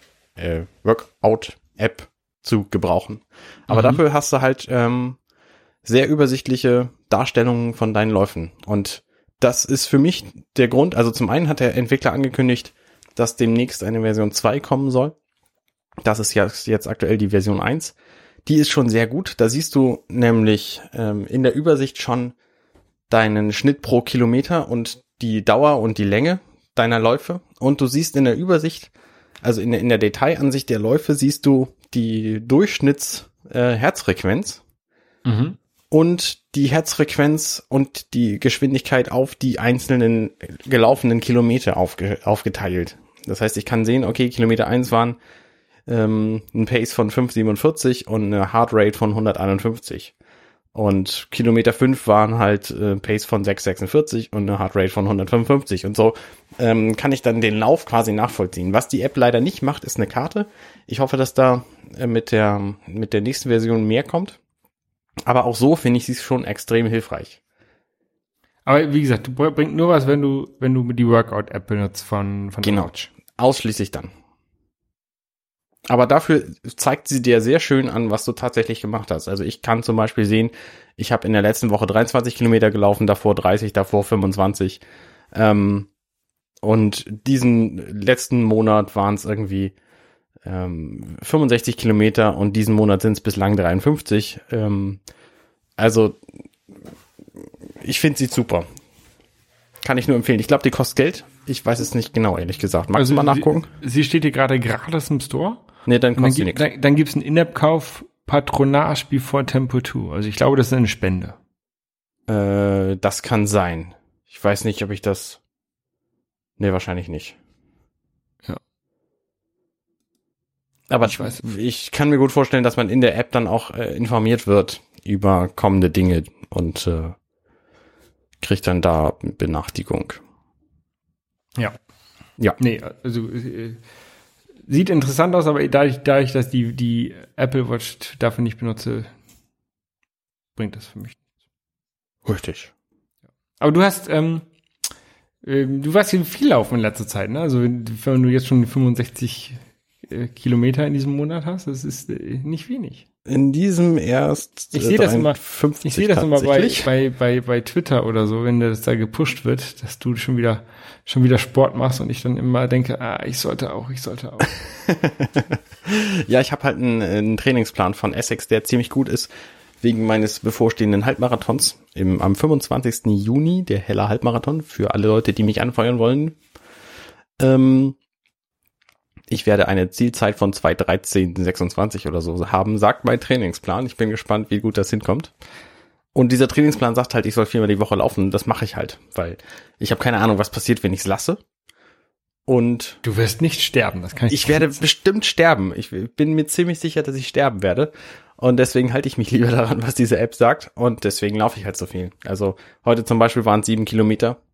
zu gebrauchen. Aber dafür hast du halt sehr übersichtliche Darstellungen von deinen Läufen. Und das ist für mich der Grund. Also zum einen hat der Entwickler angekündigt, dass demnächst eine Version 2 kommen soll. Das ist jetzt aktuell die Version 1. Die ist schon sehr gut. Da siehst du nämlich in der Übersicht schon deinen Schnitt pro Kilometer und die Dauer und die Länge deiner Läufe. Und du siehst in der Übersicht, also in der Detailansicht der Läufe, siehst du die Durchschnitts-Herzfrequenz und die Herzfrequenz und die Geschwindigkeit auf die einzelnen gelaufenen Kilometer aufgeteilt. Das heißt, ich kann sehen, okay, Kilometer 1 waren ein Pace von 5,47 und eine Heartrate von 151. Und Kilometer 5 waren halt Pace von 6,46 und eine Heartrate von 155. Und so kann ich dann den Lauf quasi nachvollziehen. Was die App leider nicht macht, ist eine Karte. Ich hoffe, dass da mit der nächsten Version mehr kommt. Aber auch so finde ich sie schon extrem hilfreich. Aber wie gesagt, du bringt nur was, wenn du die Workout-App benutzt von Genau, Couch. ausschließlich dann. Aber dafür zeigt sie dir sehr schön an, was du tatsächlich gemacht hast. Also ich kann zum Beispiel sehen, ich habe in der letzten Woche 23 Kilometer gelaufen, davor 30, davor 25. Und diesen letzten Monat waren es irgendwie 65 Kilometer und diesen Monat sind es bislang 53. Also ich finde sie super. Kann ich nur empfehlen. Ich glaube, die kostet Geld. Ich weiß es nicht genau, ehrlich gesagt. Magst du mal nachgucken? Sie steht hier gerade gratis im Store. Nee, dann kostet sie nichts. Dann gibt es einen In-App-Kauf Patronage before Tempo 2. Also ich glaube, das ist eine Spende. Das kann sein. Ich weiß nicht, ob ich das... Nee, wahrscheinlich nicht. Ja. Aber ich kann mir gut vorstellen, dass man in der App dann auch informiert wird über kommende Dinge und kriegt dann da Benachrichtigung. Ja. Ja. Nee, also sieht interessant aus, aber dadurch, dass die Apple Watch dafür nicht benutze, bringt das für mich nichts. Richtig. Aber du hast, du warst hier viel laufen in letzter Zeit, ne? Also wenn du jetzt schon 65 Kilometer in diesem Monat hast, das ist nicht wenig. In diesem erst ich sehe das immer tatsächlich. bei Twitter oder so, wenn das da gepusht wird, dass du schon wieder Sport machst und ich dann immer denke, ich sollte auch. Ja, ich habe halt einen Trainingsplan von Essex, der ziemlich gut ist, wegen meines bevorstehenden Halbmarathons am 25. Juni, der Heller Halbmarathon, für alle Leute, die mich anfeuern wollen. Ich werde eine Zielzeit von 2:13:26 oder so haben, sagt mein Trainingsplan. Ich bin gespannt, wie gut das hinkommt. Und dieser Trainingsplan sagt halt, ich soll 4-mal die Woche laufen. Das mache ich halt, weil ich habe keine Ahnung, was passiert, wenn ich es lasse. Und du wirst nicht sterben, das kann ich. Ich werde bestimmt sterben. Ich bin mir ziemlich sicher, dass ich sterben werde. Und deswegen halte ich mich lieber daran, was diese App sagt. Und deswegen laufe ich halt so viel. Also heute zum Beispiel waren es 7 Kilometer.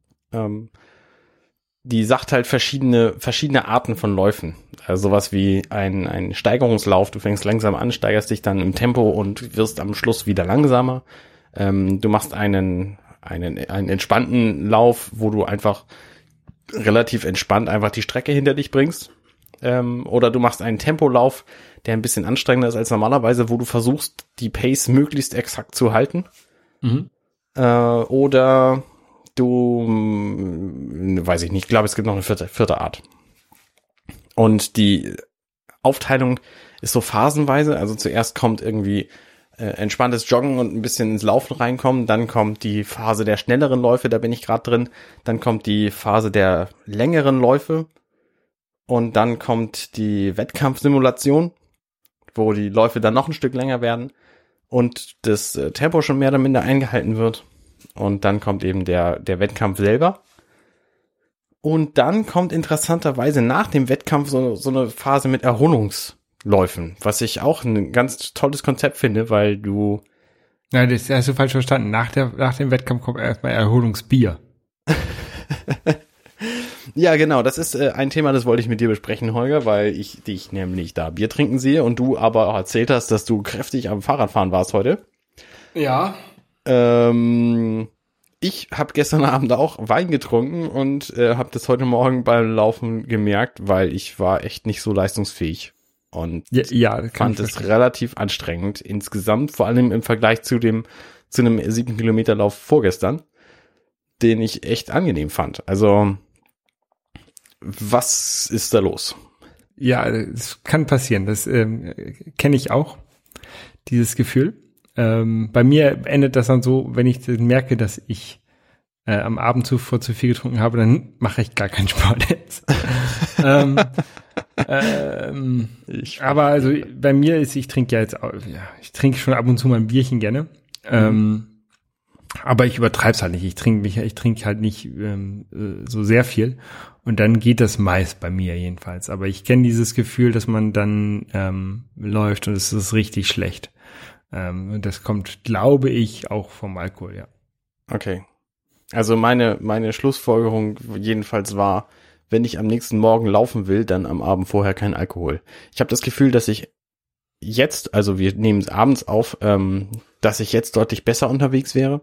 Die sagt halt verschiedene Arten von Läufen. Also sowas wie ein Steigerungslauf. Du fängst langsam an, steigerst dich dann im Tempo und wirst am Schluss wieder langsamer. Du machst einen entspannten Lauf, wo du einfach relativ entspannt einfach die Strecke hinter dich bringst. Oder du machst einen Tempolauf, der ein bisschen anstrengender ist als normalerweise, wo du versuchst, die Pace möglichst exakt zu halten. Oder du, weiß ich nicht, ich glaube, es gibt noch eine vierte Art. Und die Aufteilung ist so phasenweise, also zuerst kommt irgendwie entspanntes Joggen und ein bisschen ins Laufen reinkommen, dann kommt die Phase der schnelleren Läufe, da bin ich gerade drin, dann kommt die Phase der längeren Läufe und dann kommt die Wettkampfsimulation, wo die Läufe dann noch ein Stück länger werden und das Tempo schon mehr oder minder eingehalten wird. Und dann kommt eben der Wettkampf selber. Und dann kommt interessanterweise nach dem Wettkampf so eine Phase mit Erholungsläufen, was ich auch ein ganz tolles Konzept finde, weil du... Nein, das hast du falsch verstanden. Nach dem Wettkampf kommt erstmal Erholungsbier. Ja, genau, das ist ein Thema, das wollte ich mit dir besprechen, Holger, weil ich dich nämlich da Bier trinken sehe und du aber auch erzählt hast, dass du kräftig am Fahrradfahren warst heute. Ja. Ich habe gestern Abend auch Wein getrunken und habe das heute Morgen beim Laufen gemerkt, weil ich war echt nicht so leistungsfähig und fand es relativ anstrengend insgesamt, vor allem im Vergleich zu einem 7 Kilometer Lauf vorgestern, den ich echt angenehm fand. Also was ist da los? Ja, es kann passieren. Das kenne ich auch, dieses Gefühl. Bei mir endet das dann so, wenn ich merke, dass ich am Abend zuvor zu viel getrunken habe, dann mache ich gar keinen Sport jetzt. Aber also bei mir ist, ich trinke ja jetzt auch, ich trinke schon ab und zu mal ein Bierchen gerne. Aber ich übertreib's halt nicht. Ich trinke halt nicht so sehr viel. Und dann geht das meist bei mir jedenfalls. Aber ich kenne dieses Gefühl, dass man dann läuft und es ist richtig schlecht. Und das kommt, glaube ich, auch vom Alkohol, ja. Okay. Also meine Schlussfolgerung jedenfalls war, wenn ich am nächsten Morgen laufen will, dann am Abend vorher kein Alkohol. Ich habe das Gefühl, dass ich jetzt, also wir nehmen es abends auf, dass ich jetzt deutlich besser unterwegs wäre,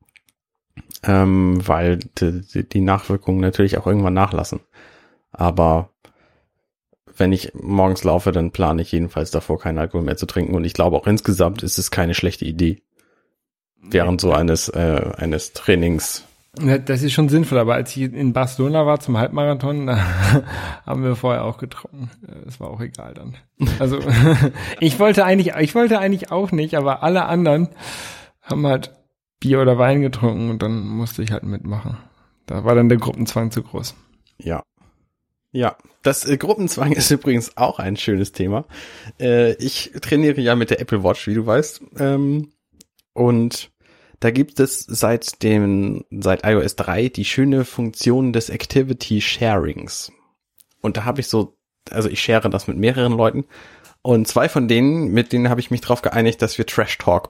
weil die Nachwirkungen natürlich auch irgendwann nachlassen. Aber wenn ich morgens laufe, dann plane ich jedenfalls davor, keinen Alkohol mehr zu trinken. Und ich glaube auch insgesamt ist es keine schlechte Idee, während so eines Trainings. Ja, das ist schon sinnvoll, aber als ich in Barcelona war zum Halbmarathon, da haben wir vorher auch getrunken. Das war auch egal dann. Also ich wollte eigentlich auch nicht, aber alle anderen haben halt Bier oder Wein getrunken und dann musste ich halt mitmachen. Da war dann der Gruppenzwang zu groß. Ja. Ja, das Gruppenzwang ist übrigens auch ein schönes Thema. Ich trainiere ja mit der Apple Watch, wie du weißt. Und da gibt es seit iOS 3 die schöne Funktion des Activity Sharings. Und da habe ich ich share das mit mehreren Leuten. Und zwei von denen, mit denen habe ich mich darauf geeinigt, dass wir Trash Talk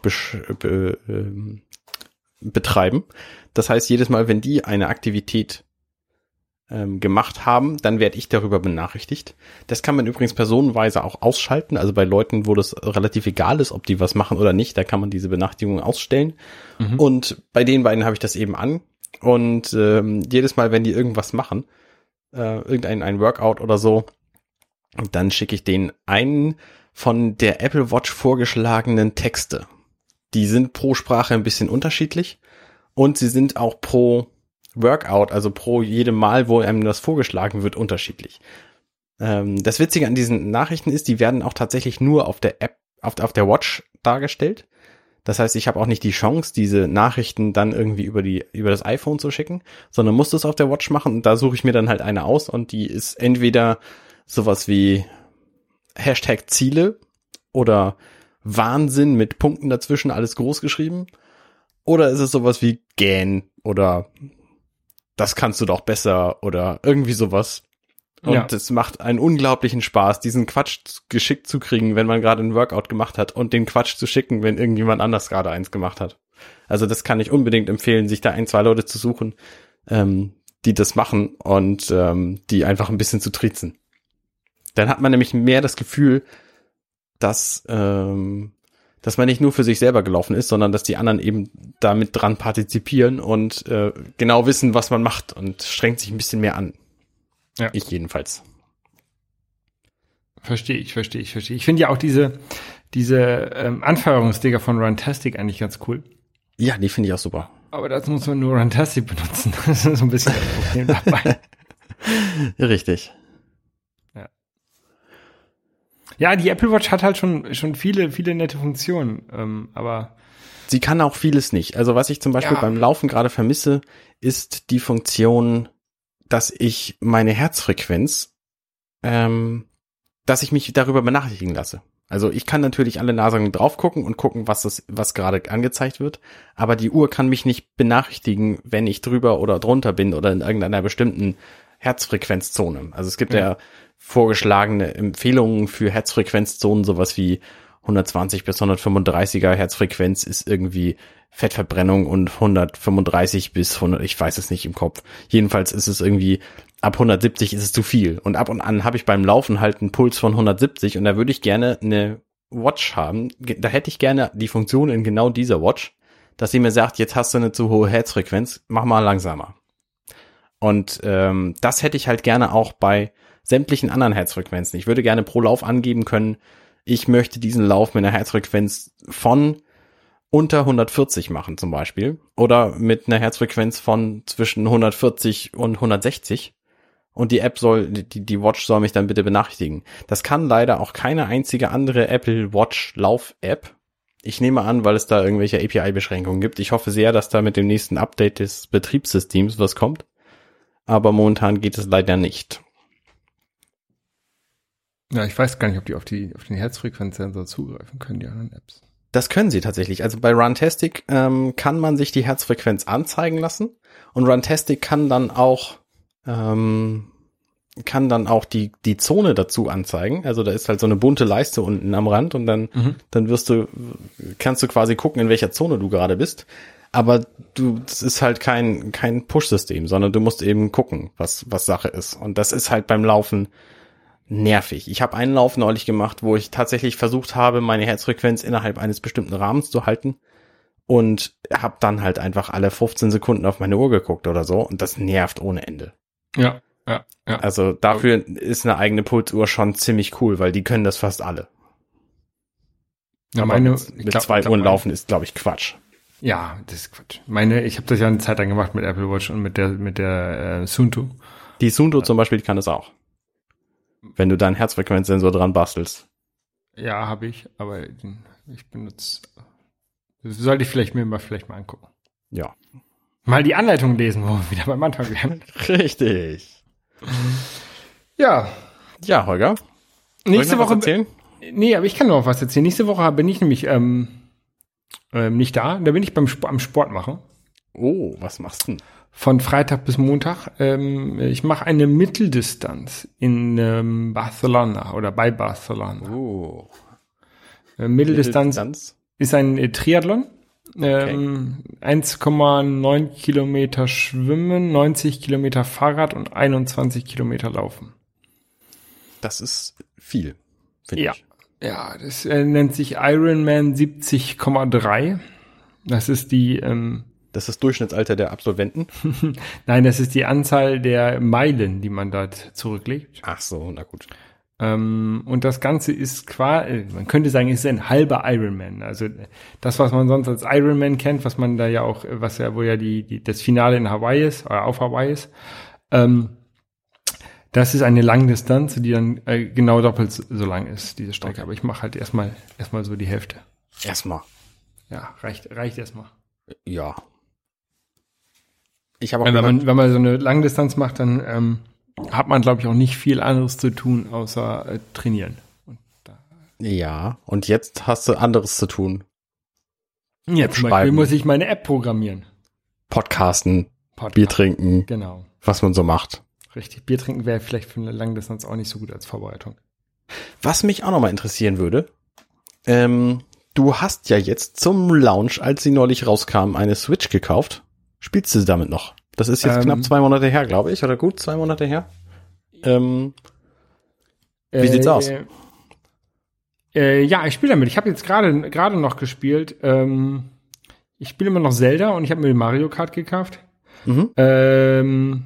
betreiben. Das heißt, jedes Mal, wenn die eine Aktivität gemacht haben, dann werde ich darüber benachrichtigt. Das kann man übrigens personenweise auch ausschalten, also bei Leuten, wo das relativ egal ist, ob die was machen oder nicht, da kann man diese Benachrichtigungen ausstellen. Und bei den beiden habe ich das eben an und jedes Mal, wenn die irgendwas machen, ein Workout oder so, dann schicke ich denen einen von der Apple Watch vorgeschlagenen Texte. Die sind pro Sprache ein bisschen unterschiedlich und sie sind auch pro Workout, also pro jedem Mal, wo einem das vorgeschlagen wird, unterschiedlich. Das Witzige an diesen Nachrichten ist, die werden auch tatsächlich nur auf der App, auf der Watch dargestellt. Das heißt, ich habe auch nicht die Chance, diese Nachrichten dann irgendwie über das iPhone zu schicken, sondern muss das auf der Watch machen und da suche ich mir dann halt eine aus und die ist entweder sowas wie Hashtag Ziele oder Wahnsinn mit Punkten dazwischen, alles groß geschrieben, oder ist es sowas wie Gähn oder das kannst du doch besser oder irgendwie sowas. Und es macht einen unglaublichen Spaß, diesen Quatsch geschickt zu kriegen, wenn man gerade ein Workout gemacht hat und den Quatsch zu schicken, wenn irgendjemand anders gerade eins gemacht hat. Also das kann ich unbedingt empfehlen, sich da 1-2 Leute zu suchen, die das machen und die einfach ein bisschen zu triezen. Dann hat man nämlich mehr das Gefühl, dass man nicht nur für sich selber gelaufen ist, sondern dass die anderen eben damit dran partizipieren und genau wissen, was man macht und strengt sich ein bisschen mehr an. Ja. Ich jedenfalls. Verstehe ich. Ich finde ja auch diese Anfeuerungssticker von Runtastic eigentlich ganz cool. Ja, die finde ich auch super. Aber dazu muss man nur Runtastic benutzen. Das ist so ein bisschen das Problem dabei. Richtig. Ja, die Apple Watch hat halt schon viele nette Funktionen, aber sie kann auch vieles nicht. Also was ich zum Beispiel beim Laufen gerade vermisse, ist die Funktion, dass ich meine Herzfrequenz, dass ich mich darüber benachrichtigen lasse. Also ich kann natürlich alle Nasen drauf gucken und gucken, was gerade angezeigt wird, aber die Uhr kann mich nicht benachrichtigen, wenn ich drüber oder drunter bin oder in irgendeiner bestimmten Herzfrequenzzone. Also es gibt ja vorgeschlagene Empfehlungen für Herzfrequenzzonen, sowas wie 120 bis 135er Herzfrequenz ist irgendwie Fettverbrennung und 135 bis 100, ich weiß es nicht im Kopf. Jedenfalls ist es irgendwie, ab 170 ist es zu viel. Und ab und an habe ich beim Laufen halt einen Puls von 170 und da würde ich gerne eine Watch haben. Da hätte ich gerne die Funktion in genau dieser Watch, dass sie mir sagt, jetzt hast du eine zu hohe Herzfrequenz, mach mal langsamer. Und das hätte ich halt gerne auch bei sämtlichen anderen Herzfrequenzen. Ich würde gerne pro Lauf angeben können, ich möchte diesen Lauf mit einer Herzfrequenz von unter 140 machen zum Beispiel oder mit einer Herzfrequenz von zwischen 140 und 160 und die App die Watch soll mich dann bitte benachrichtigen. Das kann leider auch keine einzige andere Apple Watch Lauf App. Ich nehme an, weil es da irgendwelche API-Beschränkungen gibt. Ich hoffe sehr, dass da mit dem nächsten Update des Betriebssystems was kommt. Aber momentan geht es leider nicht. Ja, ich weiß gar nicht, ob die auf den Herzfrequenzsensor zugreifen können, die anderen Apps. Das können sie tatsächlich. Also bei Runtastic kann man sich die Herzfrequenz anzeigen lassen. Und Runtastic kann dann auch die Zone dazu anzeigen. Also da ist halt so eine bunte Leiste unten am Rand und dann kannst du quasi gucken, in welcher Zone du gerade bist. Aber das ist halt kein Push-System, sondern du musst eben gucken, was Sache ist. Und das ist halt beim Laufen nervig. Ich habe einen Lauf neulich gemacht, wo ich tatsächlich versucht habe, meine Herzfrequenz innerhalb eines bestimmten Rahmens zu halten und habe dann halt einfach alle 15 Sekunden auf meine Uhr geguckt oder so und das nervt ohne Ende. Ja. Also dafür ist eine eigene Pulsuhr schon ziemlich cool, weil die können das fast alle. Ja, aber mit 2 Uhren laufen ist, glaube ich, Quatsch. Ja, das ist Quatsch. Ich habe das ja eine Zeit lang gemacht mit Apple Watch und mit der Suunto. Die Suunto zum Beispiel kann das auch. Wenn du deinen Herzfrequenzsensor dran bastelst. Ja, habe ich, aber ich benutze. Das sollte ich vielleicht mal angucken. Ja. Mal die Anleitung lesen, wo wir wieder beim Anfang wären. Richtig. Ja. Ja, Holger. Nächste Woche. Erzählen? Nee, aber ich kann noch was erzählen. Nächste Woche bin ich nämlich nicht da. Da bin ich am Sport machen. Oh, was machst du denn? Von Freitag bis Montag. Ich mache eine Mitteldistanz in Barcelona oder bei Barcelona. Oh. Mitteldistanz ist ein Triathlon. Okay. 1,9 Kilometer Schwimmen, 90 Kilometer Fahrrad und 21 Kilometer Laufen. Das ist viel, finde ich. Ja, das nennt sich Ironman 70,3. Das ist das ist das Durchschnittsalter der Absolventen? Nein, das ist die Anzahl der Meilen, die man dort zurücklegt. Ach so, na gut. Und das Ganze ist quasi, man könnte sagen, ist ein halber Ironman. Also das, was man sonst als Ironman kennt, was man da ja auch, wo ja das Finale in Hawaii ist, oder auf Hawaii ist, das ist eine Langdistanz, die dann genau doppelt so lang ist, diese Strecke. Okay. Aber ich mache halt erstmal so die Hälfte. Erstmal. Ja, reicht erstmal. Ja. Ich habe auch wenn man so eine Langdistanz macht, dann hat man, glaube ich, auch nicht viel anderes zu tun, außer trainieren. Ja, und jetzt hast du anderes zu tun. Ja, zum Beispiel muss ich meine App programmieren. Podcasten, Bier trinken. Genau. Was man so macht. Richtig, Bier trinken wäre vielleicht für eine Langdistanz auch nicht so gut als Vorbereitung. Was mich auch nochmal interessieren würde, du hast ja jetzt zum Launch, als sie neulich rauskam, eine Switch gekauft. Spielst du sie damit noch? Das ist jetzt knapp 2 Monate her, glaube ich, oder gut 2 Monate her. Wie sieht's aus? Ja, ich spiele damit. Ich habe jetzt gerade noch gespielt. Ich spiele immer noch Zelda und ich habe mir Mario Kart gekauft. Mhm.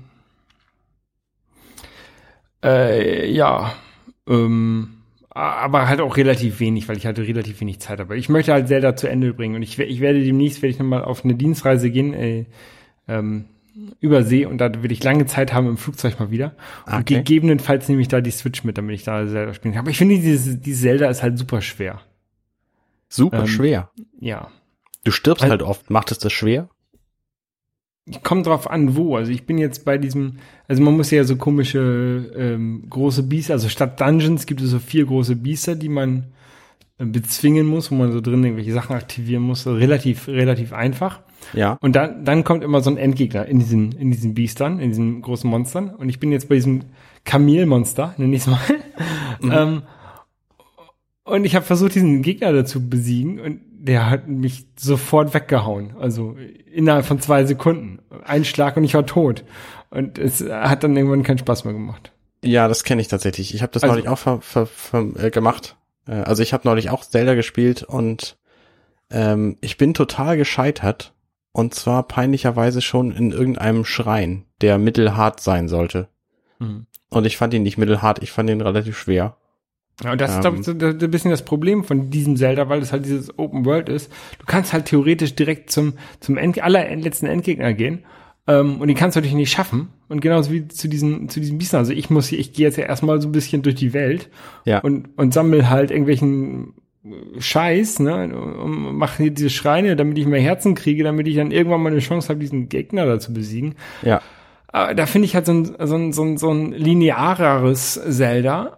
Aber halt auch relativ wenig, weil ich halt relativ wenig Zeit habe. Ich möchte halt Zelda zu Ende bringen und ich werde demnächst nochmal auf eine Dienstreise gehen, über See und da will ich lange Zeit haben im Flugzeug mal wieder. Okay. Und gegebenenfalls nehme ich da die Switch mit, damit ich da Zelda spielen kann. Aber ich finde, die Zelda ist halt super schwer. Super schwer? Ja. Du stirbst halt oft. Macht es das schwer? Kommt drauf an, wo. Also ich bin jetzt bei man muss ja so komische große Biester, also statt Dungeons gibt es so 4 große Biester, die man bezwingen muss, wo man so drin irgendwelche Sachen aktivieren muss. So relativ einfach. Ja. Und dann kommt immer so ein Endgegner in diesen Biestern, in diesen großen Monstern. Und ich bin jetzt bei diesem Kamelmonster, nenne ich es mal. Mhm. Und ich habe versucht, diesen Gegner dazu besiegen und der hat mich sofort weggehauen. Also innerhalb von 2 Sekunden. Ein Schlag und ich war tot. Und es hat dann irgendwann keinen Spaß mehr gemacht. Ja, das kenne ich tatsächlich. Ich habe das neulich auch gemacht. Also ich habe neulich auch Zelda gespielt und ich bin total gescheitert. Und zwar peinlicherweise schon in irgendeinem Schrein, der mittelhart sein sollte. Mhm. Und ich fand ihn nicht mittelhart, ich fand ihn relativ schwer. Ja, und das ist, glaube ich, so ein bisschen das Problem von diesem Zelda, weil es halt dieses Open World ist. Du kannst halt theoretisch direkt zum allerletzten Endgegner gehen. Und die kannst du natürlich nicht schaffen. Und genauso wie zu diesen Biestern. Also ich gehe jetzt ja erstmal so ein bisschen durch die Welt. Ja. Und sammle halt irgendwelchen Scheiß, ne, und mache hier diese Schreine, damit ich mehr Herzen kriege, damit ich dann irgendwann mal eine Chance habe, diesen Gegner da zu besiegen. Ja. Aber da finde ich halt so ein lineareres Zelda,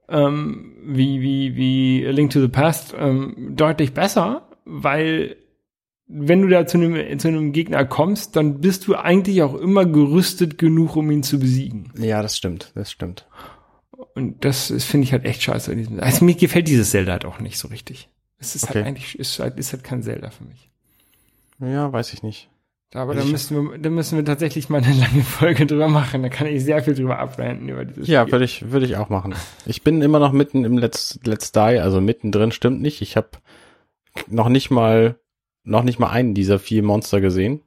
wie A Link to the Past, deutlich besser, weil wenn du da zu einem Gegner kommst, dann bist du eigentlich auch immer gerüstet genug, um ihn zu besiegen. Ja, das stimmt. Und das finde ich halt echt scheiße. Also mir gefällt dieses Zelda halt auch nicht so richtig. Es ist Okay. halt eigentlich, ist halt kein Zelda für mich. Ja, weiß ich nicht. Aber da müssen wir tatsächlich mal eine lange Folge drüber machen. Da kann ich sehr viel drüber abranten über dieses Ja, Spiel. würde ich auch machen. Ich bin immer noch mitten im Let's Die, also mittendrin stimmt nicht. Ich habe noch nicht mal einen dieser 4 Monster gesehen.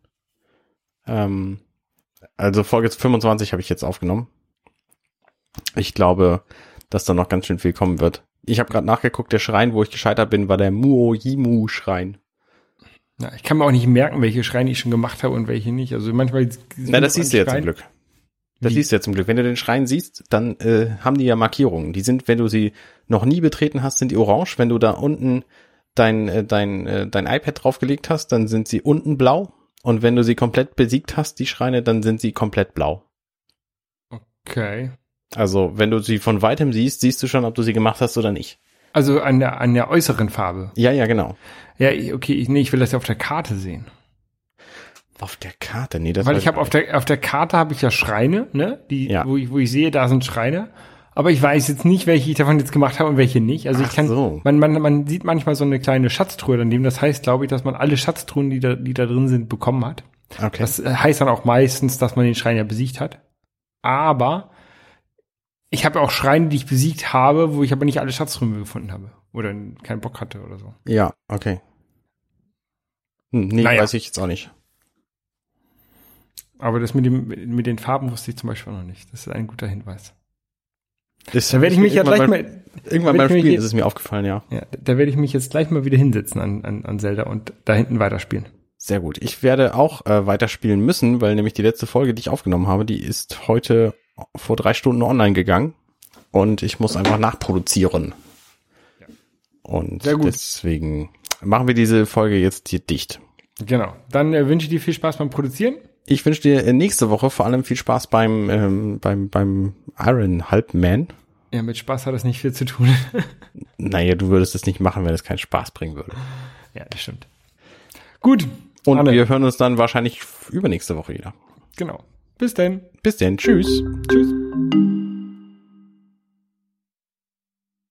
Also Folge 25 habe ich jetzt aufgenommen. Ich glaube, dass da noch ganz schön viel kommen wird. Ich habe gerade nachgeguckt, der Schrein, wo ich gescheitert bin, war der Muojimu-Schrein. Ja, ich kann mir auch nicht merken, welche Schreine ich schon gemacht habe und welche nicht. Also manchmal. Na, das siehst du ja zum Glück. Das Wie? siehst du ja zum Glück. Wenn du den Schrein siehst, dann haben die ja Markierungen. Die sind, wenn du sie noch nie betreten hast, sind die orange. Wenn du da unten dein iPad draufgelegt hast, dann sind sie unten blau. Und wenn du sie komplett besiegt hast, die Schreine, dann sind sie komplett blau. Okay. Also, wenn du sie von weitem siehst, siehst du schon, ob du sie gemacht hast oder nicht. Also an der äußeren Farbe. Ja, genau. Ja, okay, ich will das ja auf der Karte sehen. Auf der Karte? Nee, das Weil weiß ich habe auf der Karte habe ich ja Schreine, ne? Wo ich sehe, da sind Schreine. Aber ich weiß jetzt nicht, welche ich davon jetzt gemacht habe und welche nicht. Also man sieht manchmal so eine kleine Schatztruhe daneben. Das heißt, glaube ich, dass man alle Schatztruhen, die da drin sind, bekommen hat. Okay. Das heißt dann auch meistens, dass man den Schrein ja besiegt hat. Aber ich habe auch Schreine, die ich besiegt habe, wo ich aber nicht alle Schatztruhen gefunden habe. Oder keinen Bock hatte oder so. Ja, okay. Nee, Naja. weiß ich jetzt auch nicht. Aber das mit den Farben wusste ich zum Beispiel noch nicht. Das ist ein guter Hinweis. Da werde ich mich ja gleich mal. Irgendwann beim Spielen ist es mir aufgefallen, ja. Ja, da werde ich mich jetzt gleich mal wieder hinsetzen an Zelda und da hinten weiterspielen. Sehr gut. Ich werde auch weiterspielen müssen, weil nämlich die letzte Folge, die ich aufgenommen habe, die ist heute vor 3 Stunden online gegangen und ich muss einfach nachproduzieren. Ja. Und Sehr gut. deswegen machen wir diese Folge jetzt hier dicht. Genau. Dann wünsche ich dir viel Spaß beim Produzieren. Ich wünsche dir nächste Woche vor allem viel Spaß beim Iron Halbman. Ja, mit Spaß hat das nicht viel zu tun. Naja, du würdest es nicht machen, wenn es keinen Spaß bringen würde. Ja, das stimmt. Gut. Und Arne. wir hören uns dann wahrscheinlich übernächste Woche wieder. Genau. Bis dann. Bis denn. Tschüss. Tschüss.